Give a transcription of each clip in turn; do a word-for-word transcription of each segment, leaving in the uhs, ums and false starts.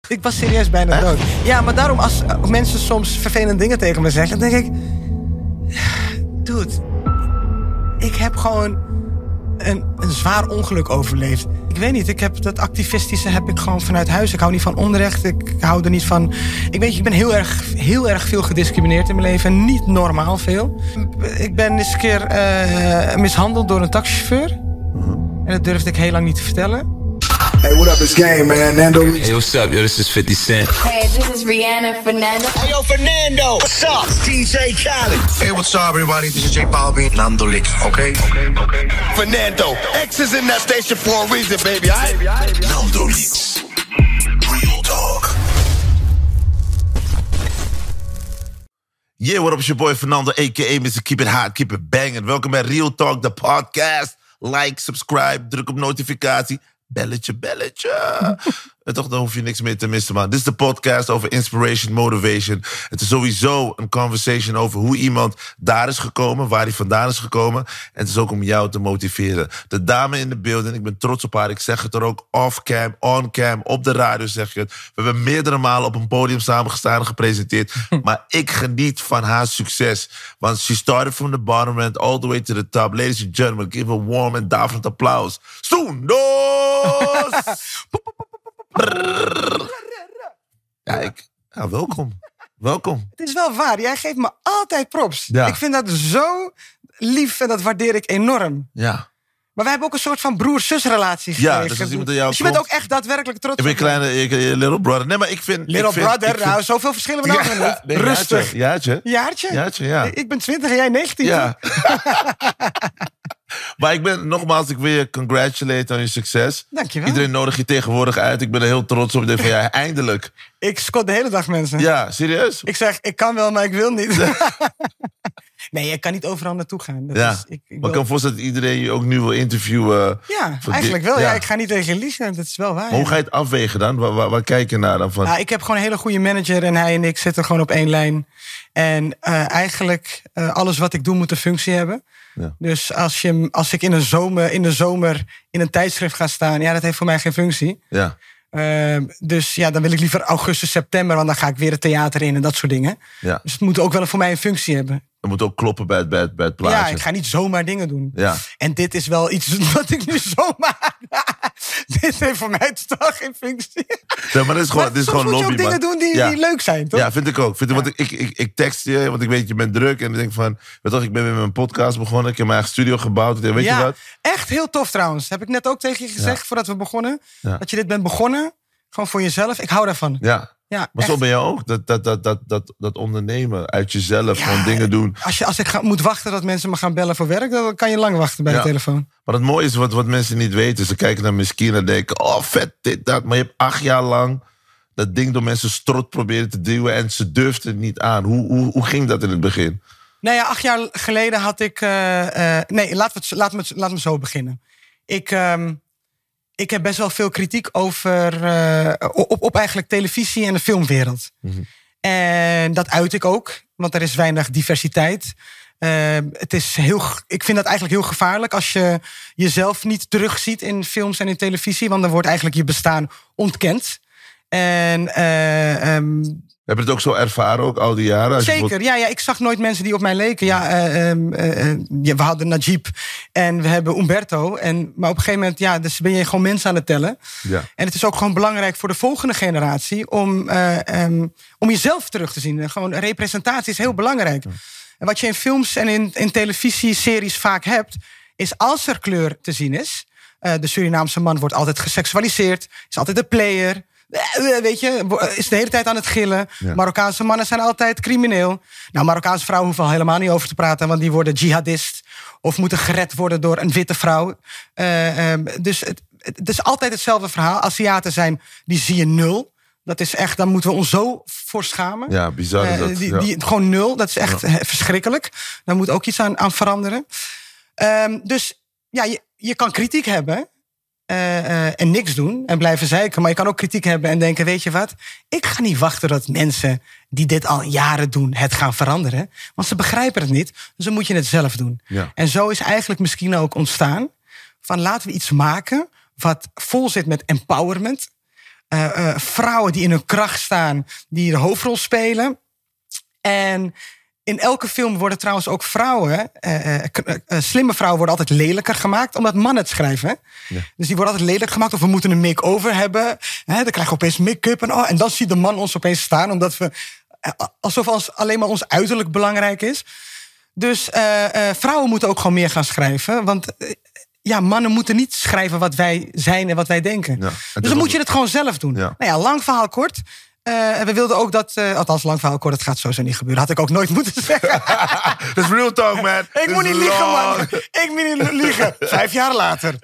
Ik was serieus bijna dood. Ja, maar daarom als mensen soms vervelende dingen tegen me zeggen, dan denk ik... Dude, ik heb gewoon een, een zwaar ongeluk overleefd. Ik weet niet, ik heb dat activistische heb ik gewoon vanuit huis. Ik hou niet van onrecht, ik hou er niet van... Ik weet, ik ben heel erg, heel erg veel gediscrimineerd in mijn leven. Niet normaal veel. Ik ben eens een keer uh, mishandeld door een taxichauffeur. En dat durfde ik heel lang niet te vertellen. Hey, what up, it's Game, man. Nando. Hey, what's up, yo? This is fifty Cent. Hey, this is Rihanna Fernando. Hey, yo, Fernando. What's up? It's D J Khaled. Hey, what's up, everybody? This is J Balvin. Nando Licks, okay? Okay, okay. Fernando. X is in that station for a reason, baby, all right? Nando Licks. Real talk. Yeah, what up, it's your boy Fernando, a k a. mister Keep It Hot, Keep It Bangin'. Welkom bij Real Talk, de podcast. Like, subscribe, druk op notificatie. Belletje, belletje. En toch, dan hoef je niks meer te missen, man. Dit is de podcast over inspiration, motivation. Het is sowieso een conversation over hoe iemand daar is gekomen, waar hij vandaan is gekomen. En het is ook om jou te motiveren. De dame in de building, ik ben trots op haar. Ik zeg het er ook off-cam, on-cam, op de radio zeg je het. We hebben meerdere malen op een podium samengestaan en gepresenteerd. Maar ik geniet van haar succes. Want she started from the bottom and all the way to the top. Ladies and gentlemen, give a warm en daverend applaus. Soendos! Ja, ik, ja, welkom. Welkom. Het is wel waar, jij geeft me altijd props. Ja. Ik vind dat zo lief en dat waardeer ik enorm. Ja. Maar wij hebben ook een soort van broer-zus-relatie Ja, gekregen. dus als iemand aan jou Dus je bent ook komt- echt daadwerkelijk trots Ik ben op een kleine ik, little brother. Nee, maar ik vind... Little ik vind, brother, ik vind- nou, zoveel verschillen we nou nog niet. nee, Rustig. Jaartje, jaartje. Jaartje? Jaartje, ja. Ik ben twintig en jij negentien. Ja. Maar ik ben, nogmaals, ik wil je congratulate aan je succes. Dankjewel. Iedereen nodig je tegenwoordig uit. Ik ben er heel trots op. Ik denk van, ja, eindelijk. Ik scot de hele dag mensen. Ja, serieus? Ik zeg, ik kan wel, maar ik wil niet. Nee, ik kan niet overal naartoe gaan. Dat Ja, is, ik, ik maar ik wil- kan me voorstellen dat iedereen je ook nu wil interviewen. Ja, voor eigenlijk dit- wel. Ja. ja. Ik ga niet tegen je liegen, dat is wel waar. Maar hoe ja. ga je het afwegen dan? Waar, waar, waar kijk je naar dan? Van? Nou, ik heb gewoon een hele goede manager en hij en ik zitten gewoon op één lijn. En uh, eigenlijk, uh, alles wat ik doe moet een functie hebben. Ja. Dus als, je, als ik in, een zomer, in de zomer in een tijdschrift ga staan, ja, dat heeft voor mij geen functie. Ja. Uh, dus ja, dan wil ik liever augustus, september, want dan ga ik weer het theater in en dat soort dingen. Ja. Dus het moet ook wel voor mij een functie hebben. Het moet ook kloppen bij het, bij het, bij het plaatje. Ja, ik ga niet zomaar dingen doen. Ja. En dit is wel iets wat ik nu zomaar... dit heeft voor mij totaal geen functie. Ja, maar dit is gewoon, Maar dit is soms gewoon moet je lobby, ook dingen man. doen die, Ja. die leuk zijn, toch? Ja, vind ik ook. Vind ik, Ja. want ik, ik, ik, ik tekst je, want ik weet, je bent druk. En ik denk van, weet toch, ik ben weer met mijn podcast begonnen. Ik heb mijn eigen studio gebouwd. Ik denk, weet ja, je wat? echt heel tof trouwens. Heb ik net ook tegen je gezegd Ja. voordat we begonnen. Ja. Dat je dit bent begonnen. Gewoon voor jezelf. Ik hou daarvan. Ja. Ja, Maar zo echt. ben je ook. Dat, dat, dat, dat, dat, dat ondernemen uit jezelf. Ja, gewoon dingen doen. Als, je, als ik ga, moet wachten dat mensen me gaan bellen voor werk, dan kan je lang wachten bij Ja. de telefoon. Maar het mooie is, wat, wat mensen niet weten. Ze kijken naar Miskien en denken, oh vet, dit, dat. Maar je hebt acht jaar lang dat ding door mensen strot proberen te duwen. En ze durfden het niet aan. Hoe, hoe, hoe ging dat in het begin? Nou ja, acht jaar geleden had ik... Uh, uh, nee, laten we het, laat, me, laat me zo beginnen. Ik, um, ik heb best wel veel kritiek over... Uh, op, op eigenlijk televisie en de filmwereld. Mm-hmm. En dat uit ik ook. Want er is weinig diversiteit. Uh, het is heel, ik vind dat eigenlijk heel gevaarlijk... als je jezelf niet terugziet in films en in televisie. Want dan wordt eigenlijk je bestaan ontkend. En... Uh, um, Heb je het ook zo ervaren, ook al die jaren? Als je Zeker, bijvoorbeeld- ja, ja. Ik zag nooit mensen die op mij leken. Ja, uh, uh, uh, ja, we hadden Najib en we hebben Umberto. En, maar op een gegeven moment ja, dus ben je gewoon mensen aan het tellen. Ja. En het is ook gewoon belangrijk voor de volgende generatie... om, uh, um, om jezelf terug te zien. Gewoon representatie is heel belangrijk. Ja. En wat je in films en in, in televisieseries vaak hebt... is als er kleur te zien is... Uh, de Surinaamse man wordt altijd geseksualiseerd... is altijd de player... Weet je, is de hele tijd aan het gillen. Ja. Marokkaanse mannen zijn altijd crimineel. Nou, Marokkaanse vrouwen hoeven al helemaal niet over te praten... want die worden jihadist of moeten gered worden door een witte vrouw. Uh, um, dus het, het is altijd hetzelfde verhaal. Aziaten zijn, die zie je nul. Dat is echt, daar moeten we ons zo voor schamen. Ja, bizar is dat. Uh, die, ja. die, gewoon nul, dat is echt Ja. verschrikkelijk. Daar moet ook iets aan, aan veranderen. Um, dus ja, je, je kan kritiek hebben... Uh, uh, en niks doen en blijven zeiken. Maar je kan ook kritiek hebben en denken... weet je wat, ik ga niet wachten dat mensen... die dit al jaren doen, het gaan veranderen. Want ze begrijpen het niet, dus dan moet je het zelf doen. Ja. En zo is eigenlijk misschien ook ontstaan... van laten we iets maken wat vol zit met empowerment... uh, uh, vrouwen die in hun kracht staan, die de hoofdrol spelen. En in elke film worden trouwens ook vrouwen, uh, uh, uh, slimme vrouwen worden altijd lelijker gemaakt, omdat mannen het schrijven. Ja. Dus die worden altijd lelijk gemaakt, of we moeten een make-over hebben. Hè, dan krijgen we opeens make-up en, oh, en dan ziet de man ons opeens staan, omdat we, uh, alsof als alleen maar ons uiterlijk belangrijk is. Dus uh, uh, vrouwen moeten ook gewoon meer gaan schrijven, want uh, ja, mannen moeten niet schrijven wat wij zijn en wat wij denken. Ja, dus dan moet je het gewoon zelf doen. Ja. Nou ja, lang verhaal kort. Uh, we wilden ook dat, uh, althans lang verhaal kort, het gaat sowieso niet gebeuren. Had ik ook nooit moeten zeggen. Dat is real talk, man. Ik moet niet liegen, man. Ik moet niet liegen. Vijf jaar later.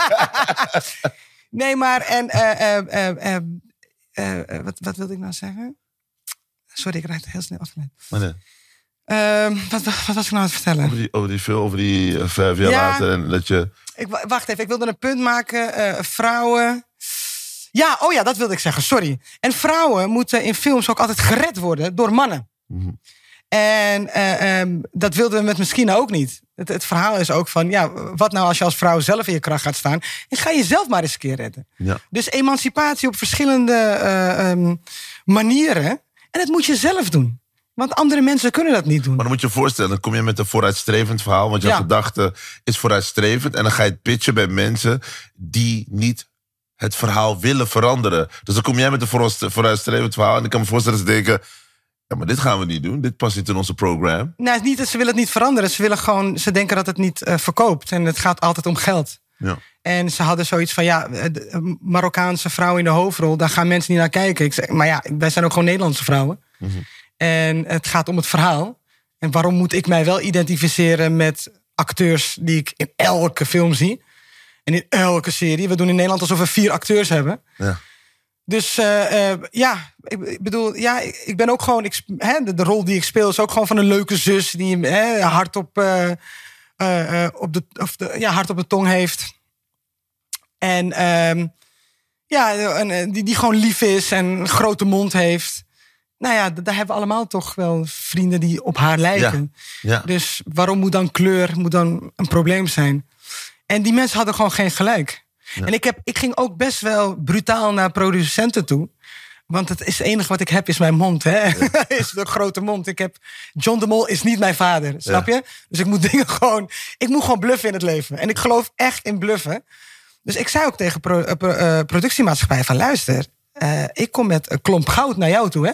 Nee, maar en uh, uh, uh, uh, uh, wat, wat wilde ik nou zeggen? Sorry, ik raakte heel snel afgeleid. Nee. Uh, wat, wat, wat was ik nou aan het vertellen? Over die, over die film, over die uh, vijf jaar ja, later. En dat je... ik, wacht even, ik wilde een punt maken. Uh, vrouwen... Ja, oh ja, dat wilde ik zeggen, sorry. En vrouwen moeten in films ook altijd gered worden door mannen. Mm-hmm. En uh, um, dat wilden we met Meskina ook niet. Het, het verhaal is ook van, ja, wat nou als je als vrouw zelf in je kracht gaat staan? En ga jezelf maar eens een keer redden. Ja. Dus emancipatie op verschillende uh, um, manieren. En dat moet je zelf doen. Want andere mensen kunnen dat niet doen. Maar dan moet je je voorstellen, dan kom je met een vooruitstrevend verhaal. Want jouw ja. gedachte is vooruitstrevend. En dan ga je het pitchen bij mensen die niet het verhaal willen veranderen. Dus dan kom jij met een vooruitstrevend verhaal. En ik kan me voorstellen dat ze denken, ja, maar dit gaan we niet doen. Dit past niet in onze programma. Nou, het is niet dat ze willen het niet veranderen. Ze willen gewoon, ze denken dat het niet uh, verkoopt. En het gaat altijd om geld. Ja. En ze hadden zoiets van, ja, de Marokkaanse vrouw in de hoofdrol, daar gaan mensen niet naar kijken. Ik zeg, maar ja, wij zijn ook gewoon Nederlandse vrouwen. Mm-hmm. En het gaat om het verhaal. En waarom moet ik mij wel identificeren met acteurs die ik in elke film zie? En in elke serie. We doen in Nederland alsof we vier acteurs hebben. Ja. Dus uh, uh, ja, ik bedoel, ja, ik ben ook gewoon, ik, hè, de, de rol die ik speel is ook gewoon van een leuke zus die hè, hard op, uh, uh, op de, of de, ja, hard op de tong heeft. En uh, ja, en, die, die gewoon lief is en een grote mond heeft. Nou ja, daar hebben we allemaal toch wel vrienden die op haar lijken. Ja. Ja. Dus waarom moet dan kleur moet dan een probleem zijn? En die mensen hadden gewoon geen gelijk. Ja. En ik, heb, ik ging ook best wel brutaal naar producenten toe. Want het, is het enige wat ik heb is mijn mond. Hè? Ja. Is de grote mond. Ik heb, John de Mol is niet mijn vader. Snap ja. je? Dus ik moet dingen gewoon... Ik moet gewoon bluffen in het leven. En ik geloof echt in bluffen. Dus ik zei ook tegen pro, uh, pro, uh, productiemaatschappij van... Luister, uh, ik kom met een klomp goud naar jou toe. Hè?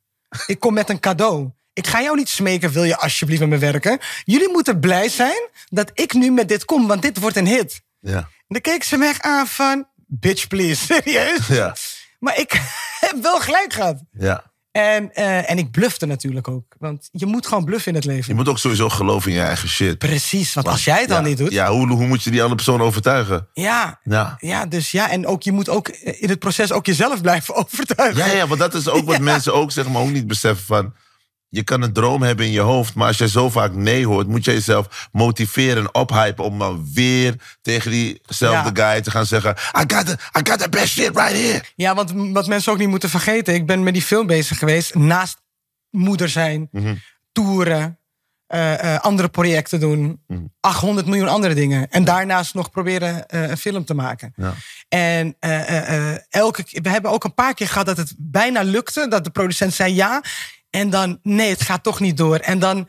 Ik kom met een cadeau. Ik ga jou niet smeken, wil je alsjeblieft met me werken? Jullie moeten blij zijn dat ik nu met dit kom, want dit wordt een hit. Ja. En dan keek ze me echt aan van, bitch please, serieus? Ja. Maar ik heb wel gelijk gehad. Ja. En, uh, en ik blufte natuurlijk ook. Want je moet gewoon bluffen in het leven. Je moet ook sowieso geloven in je eigen shit. Precies, want, want als jij het ja, dan niet doet... Ja, hoe, hoe moet je die andere persoon overtuigen? Ja, ja. ja, dus ja. En ook, je moet ook in het proces ook jezelf blijven overtuigen. Ja, ja, want dat is ook wat ja. mensen ook, zeg maar, ook niet beseffen van... Je kan een droom hebben in je hoofd, maar als jij zo vaak nee hoort... moet je jezelf motiveren en ophypen om dan weer tegen diezelfde ja. guy te gaan zeggen... I got, the, I got the best shit right here. Ja, want wat mensen ook niet moeten vergeten... ik ben met die film bezig geweest, naast moeder zijn, mm-hmm. toeren... Uh, uh, andere projecten doen, mm-hmm. achthonderd miljoen andere dingen. En daarnaast nog proberen uh, een film te maken. Ja. En uh, uh, uh, elke, we hebben ook een paar keer gehad dat het bijna lukte... dat de producent zei ja... En dan, nee, het gaat toch niet door. En dan,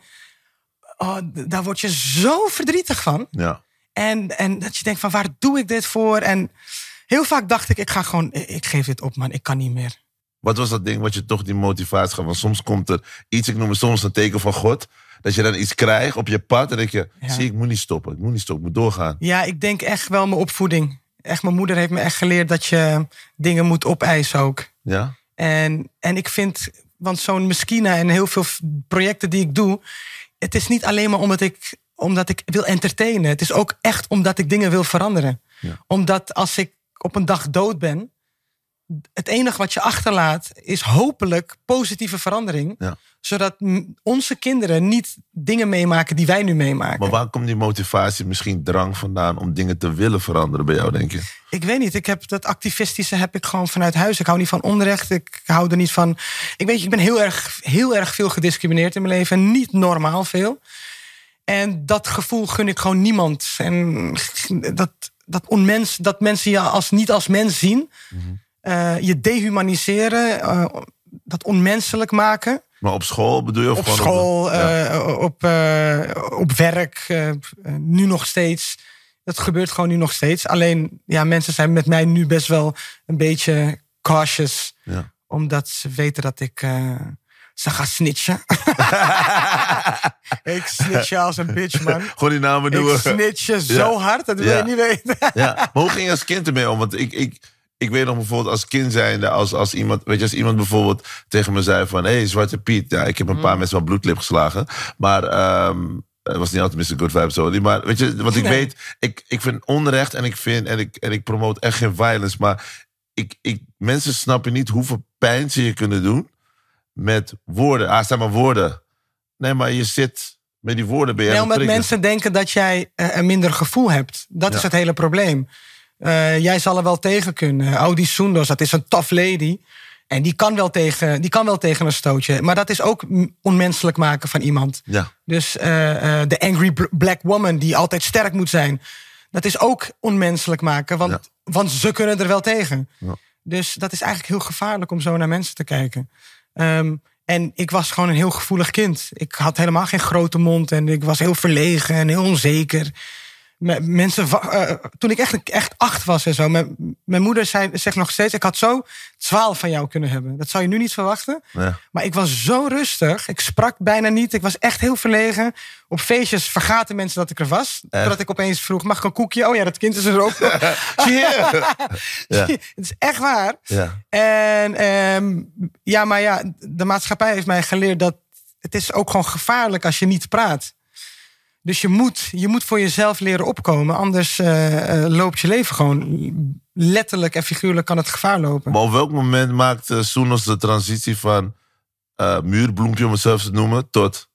oh, daar word je zo verdrietig van. Ja. En, en dat je denkt van, waar doe ik dit voor? En heel vaak dacht ik, ik ga gewoon, ik geef dit op, man. Ik kan niet meer. Wat was dat ding wat je toch die motivatie gaf? Want soms komt er iets, ik noem het soms een teken van God... dat je dan iets krijgt op je pad en dan denk je... Ja. Zie, ik moet niet stoppen, ik moet niet stoppen, ik moet doorgaan. Ja, ik denk echt wel mijn opvoeding. Echt, mijn moeder heeft me echt geleerd dat je dingen moet opeisen ook. Ja? En, en ik vind... Want zo'n Meskina en heel veel projecten die ik doe... het is niet alleen maar omdat ik, omdat ik wil entertainen. Het is ook echt omdat ik dingen wil veranderen. Ja. Omdat als ik op een dag dood ben... het enige wat je achterlaat is hopelijk positieve verandering. Ja. Zodat onze kinderen niet dingen meemaken die wij nu meemaken. Maar waar komt die motivatie, misschien drang vandaan... om dingen te willen veranderen bij jou, denk je? Ik weet niet. Ik heb dat activistische heb ik gewoon vanuit huis. Ik hou niet van onrecht. Ik hou er niet van... Ik weet, ik ben heel erg, heel erg veel gediscrimineerd in mijn leven. Niet normaal veel. En dat gevoel gun ik gewoon niemand. En dat, dat, onmens, dat mensen je als, niet als mens zien... Mm-hmm. uh, je dehumaniseren, uh, dat onmenselijk maken. Maar op school bedoel je? Of op gewoon school, op, ja. uh, op, uh, op werk, uh, nu nog steeds. Dat gebeurt gewoon nu nog steeds. Alleen, ja, mensen zijn met mij nu best wel een beetje cautious. Ja. Omdat ze weten dat ik uh, ze ga snitchen. Ik snitchen als een bitch, man. Gewoon die namen doen. Ik snitchen zo ja. hard, dat wil ja. je niet weten. Ja. Maar hoe ging je als kind ermee om? Want ik... ik Ik weet nog bijvoorbeeld als kind zijnde, als, als, iemand, weet je, als iemand bijvoorbeeld tegen me zei van... hé, hey, Zwarte Piet, ja, ik heb een paar mm. mensen wel bloedlip geslagen. Maar um, het was niet altijd mister Good Vibes, sorry. Maar weet je, wat ik nee. weet, ik, ik vind onrecht en ik vind... en ik, en ik promote echt geen violence, maar ik, ik, mensen snappen niet hoeveel pijn ze je kunnen doen met woorden. Ah, zeg maar woorden. Nee, maar je zit met die woorden... Ben je nee, omdat mensen denken dat jij uh, een minder gevoel hebt. Dat ja. is het hele probleem. Uh, jij zal er wel tegen kunnen. Audi Soendos, dat is een tough lady. En die kan, wel tegen, die kan wel tegen een stootje. Maar dat is ook onmenselijk maken van iemand. Ja. Dus uh, uh, de angry black woman die altijd sterk moet zijn. Dat is ook onmenselijk maken. Want, ja. want ze kunnen er wel tegen. Ja. Dus dat is eigenlijk heel gevaarlijk om zo naar mensen te kijken. Um, en ik was gewoon een heel gevoelig kind. Ik had helemaal geen grote mond. En ik was heel verlegen en heel onzeker. Mensen, uh, toen ik echt, echt acht was en zo. Mijn, mijn moeder zei, zegt nog steeds... ik had zo twaalf van jou kunnen hebben. Dat zou je nu niet verwachten. Ja. Maar ik was zo rustig. Ik sprak bijna niet. Ik was echt heel verlegen. Op feestjes vergaten mensen dat ik er was. Echt? Totdat ik opeens vroeg, mag ik een koekje? Oh ja, dat kind is er ook. Yeah. Ja. Het is echt waar. Ja. En um, ja, maar ja, de maatschappij heeft mij geleerd... dat het is ook gewoon gevaarlijk als je niet praat. Dus je moet, je moet voor jezelf leren opkomen. Anders uh, uh, loopt je leven gewoon letterlijk en figuurlijk kan het gevaar lopen. Maar op welk moment maakt uh, Soendos de transitie van uh, muurbloempje, om het zelfs te noemen, tot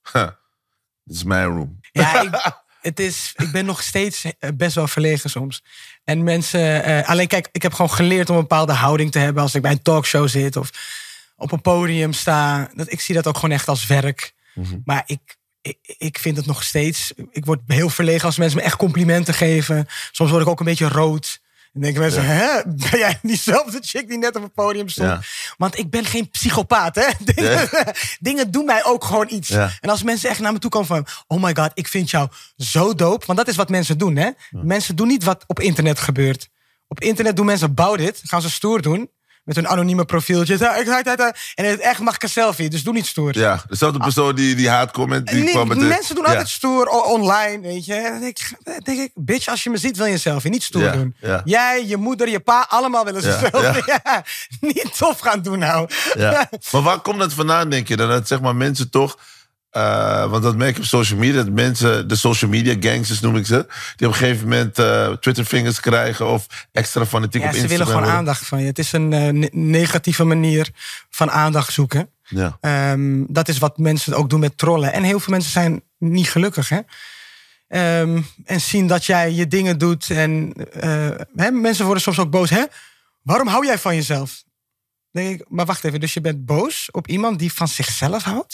dit is mijn room? Ja, ik, het is, ik ben nog steeds best wel verlegen soms. En mensen, uh, alleen kijk, ik heb gewoon geleerd om een bepaalde houding te hebben als ik bij een talkshow zit of op een podium sta. Dat, ik zie dat ook gewoon echt als werk. Mm-hmm. Maar ik... Ik, ik vind het nog steeds... Ik word heel verlegen als mensen me echt complimenten geven. Soms word ik ook een beetje rood. En denken mensen, ja. hè? Ben jij diezelfde chick die net op het podium stond? Ja. Want ik ben geen psychopaat, hè? Dingen, ja. dingen doen mij ook gewoon iets. Ja. En als mensen echt naar me toe komen van... oh my god, ik vind jou zo dope. Want dat is wat mensen doen, hè? Ja. Mensen doen niet wat op internet gebeurt. Op internet doen mensen about it. Gaan ze stoer doen. Met een anonieme profieltje. En in het echt mag ik een selfie, dus doe niet stoer. Ja, dezelfde persoon die, die haatcomment... Die nee, kwam met mensen de, doen altijd ja. stoer online, weet je. Dan denk, ik, denk ik, bitch, als je me ziet wil je een selfie, niet stoer ja, doen. Ja. Jij, je moeder, je pa, allemaal willen ze ja, selfie. Ja. Ja, niet tof gaan doen nou. Ja. Maar waar komt dat vandaan, denk je? Dat zeg maar mensen toch... Uh, want dat merk ik op social media. Dat mensen, de social media gangsters noem ik ze... die op een gegeven moment uh, Twitter-vingers krijgen... of extra fanatiek ja, op Instagram. Ze willen gewoon worden. aandacht van je. Het is een uh, ne- negatieve manier van aandacht zoeken. Ja. Um, dat is wat mensen ook doen met trollen. En heel veel mensen zijn niet gelukkig, hè. Um, en zien dat jij je dingen doet. En uh, hè, mensen worden soms ook boos. Hè? Waarom hou jij van jezelf? Denk ik, maar wacht even, dus je bent boos op iemand die van zichzelf houdt?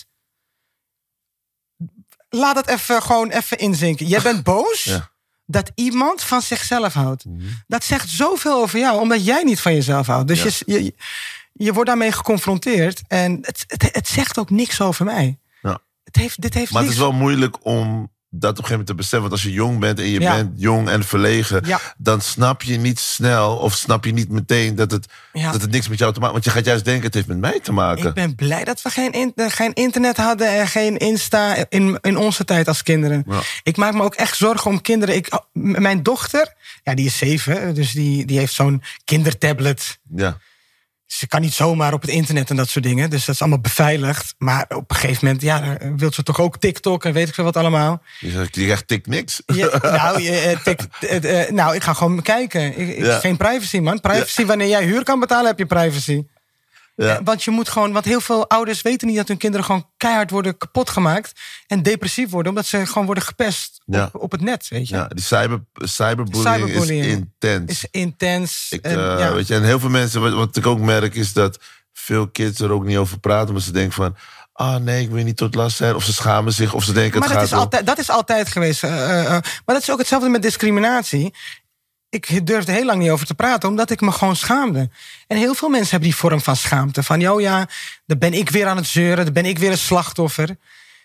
Laat het even gewoon even inzinken. Jij bent boos ja. dat iemand van zichzelf houdt. Mm-hmm. Dat zegt zoveel over jou, omdat jij niet van jezelf houdt. Dus ja. je, je, je wordt daarmee geconfronteerd. En het, het, het zegt ook niks over mij. Ja. Het heeft, dit heeft maar niks... het is wel moeilijk om dat op een gegeven moment te beseffen. Want als je jong bent en je ja. bent jong en verlegen... Ja. dan snap je niet snel of snap je niet meteen dat het, ja. dat het niks met jou te maken... Want je gaat juist denken, het heeft met mij te maken. Ik ben blij dat we geen, in, geen internet hadden en geen Insta in, in onze tijd als kinderen. Ja. Ik maak me ook echt zorgen om kinderen. Ik, mijn dochter, ja, die is zeven, dus die, die heeft zo'n kindertablet... Ja. Ze kan niet zomaar op het internet en dat soort dingen. Dus dat is allemaal beveiligd. Maar op een gegeven moment, ja, wil ze toch ook TikTok en weet ik veel wat allemaal. Je zegt, je zegt tik niks. Ja, nou, uh, tik, uh, uh, nou, ik ga gewoon kijken. Ik, ja. Geen privacy, man. Privacy, ja. Wanneer jij huur kan betalen, heb je privacy. Ja. Want je moet gewoon, want heel veel ouders weten niet dat hun kinderen gewoon keihard worden kapot gemaakt en depressief worden, omdat ze gewoon worden gepest ja. op, op het net, weet je. Ja, die cyber, cyberbullying, cyberbullying is intens. Is intens. Ik, en, uh, ja. weet je, en heel veel mensen, wat, wat ik ook merk, is dat veel kids er ook niet over praten, maar ze denken van, ah oh nee, ik wil niet tot last zijn. Of ze schamen zich, of ze denken maar het dat gaat is altijd, dat is altijd geweest. Uh, uh, maar dat is ook hetzelfde met discriminatie. ik durfde heel lang niet over te praten, omdat ik me gewoon schaamde. En heel veel mensen hebben die vorm van schaamte. Van, oh ja, dan ben ik weer aan het zeuren, dan ben ik weer een slachtoffer.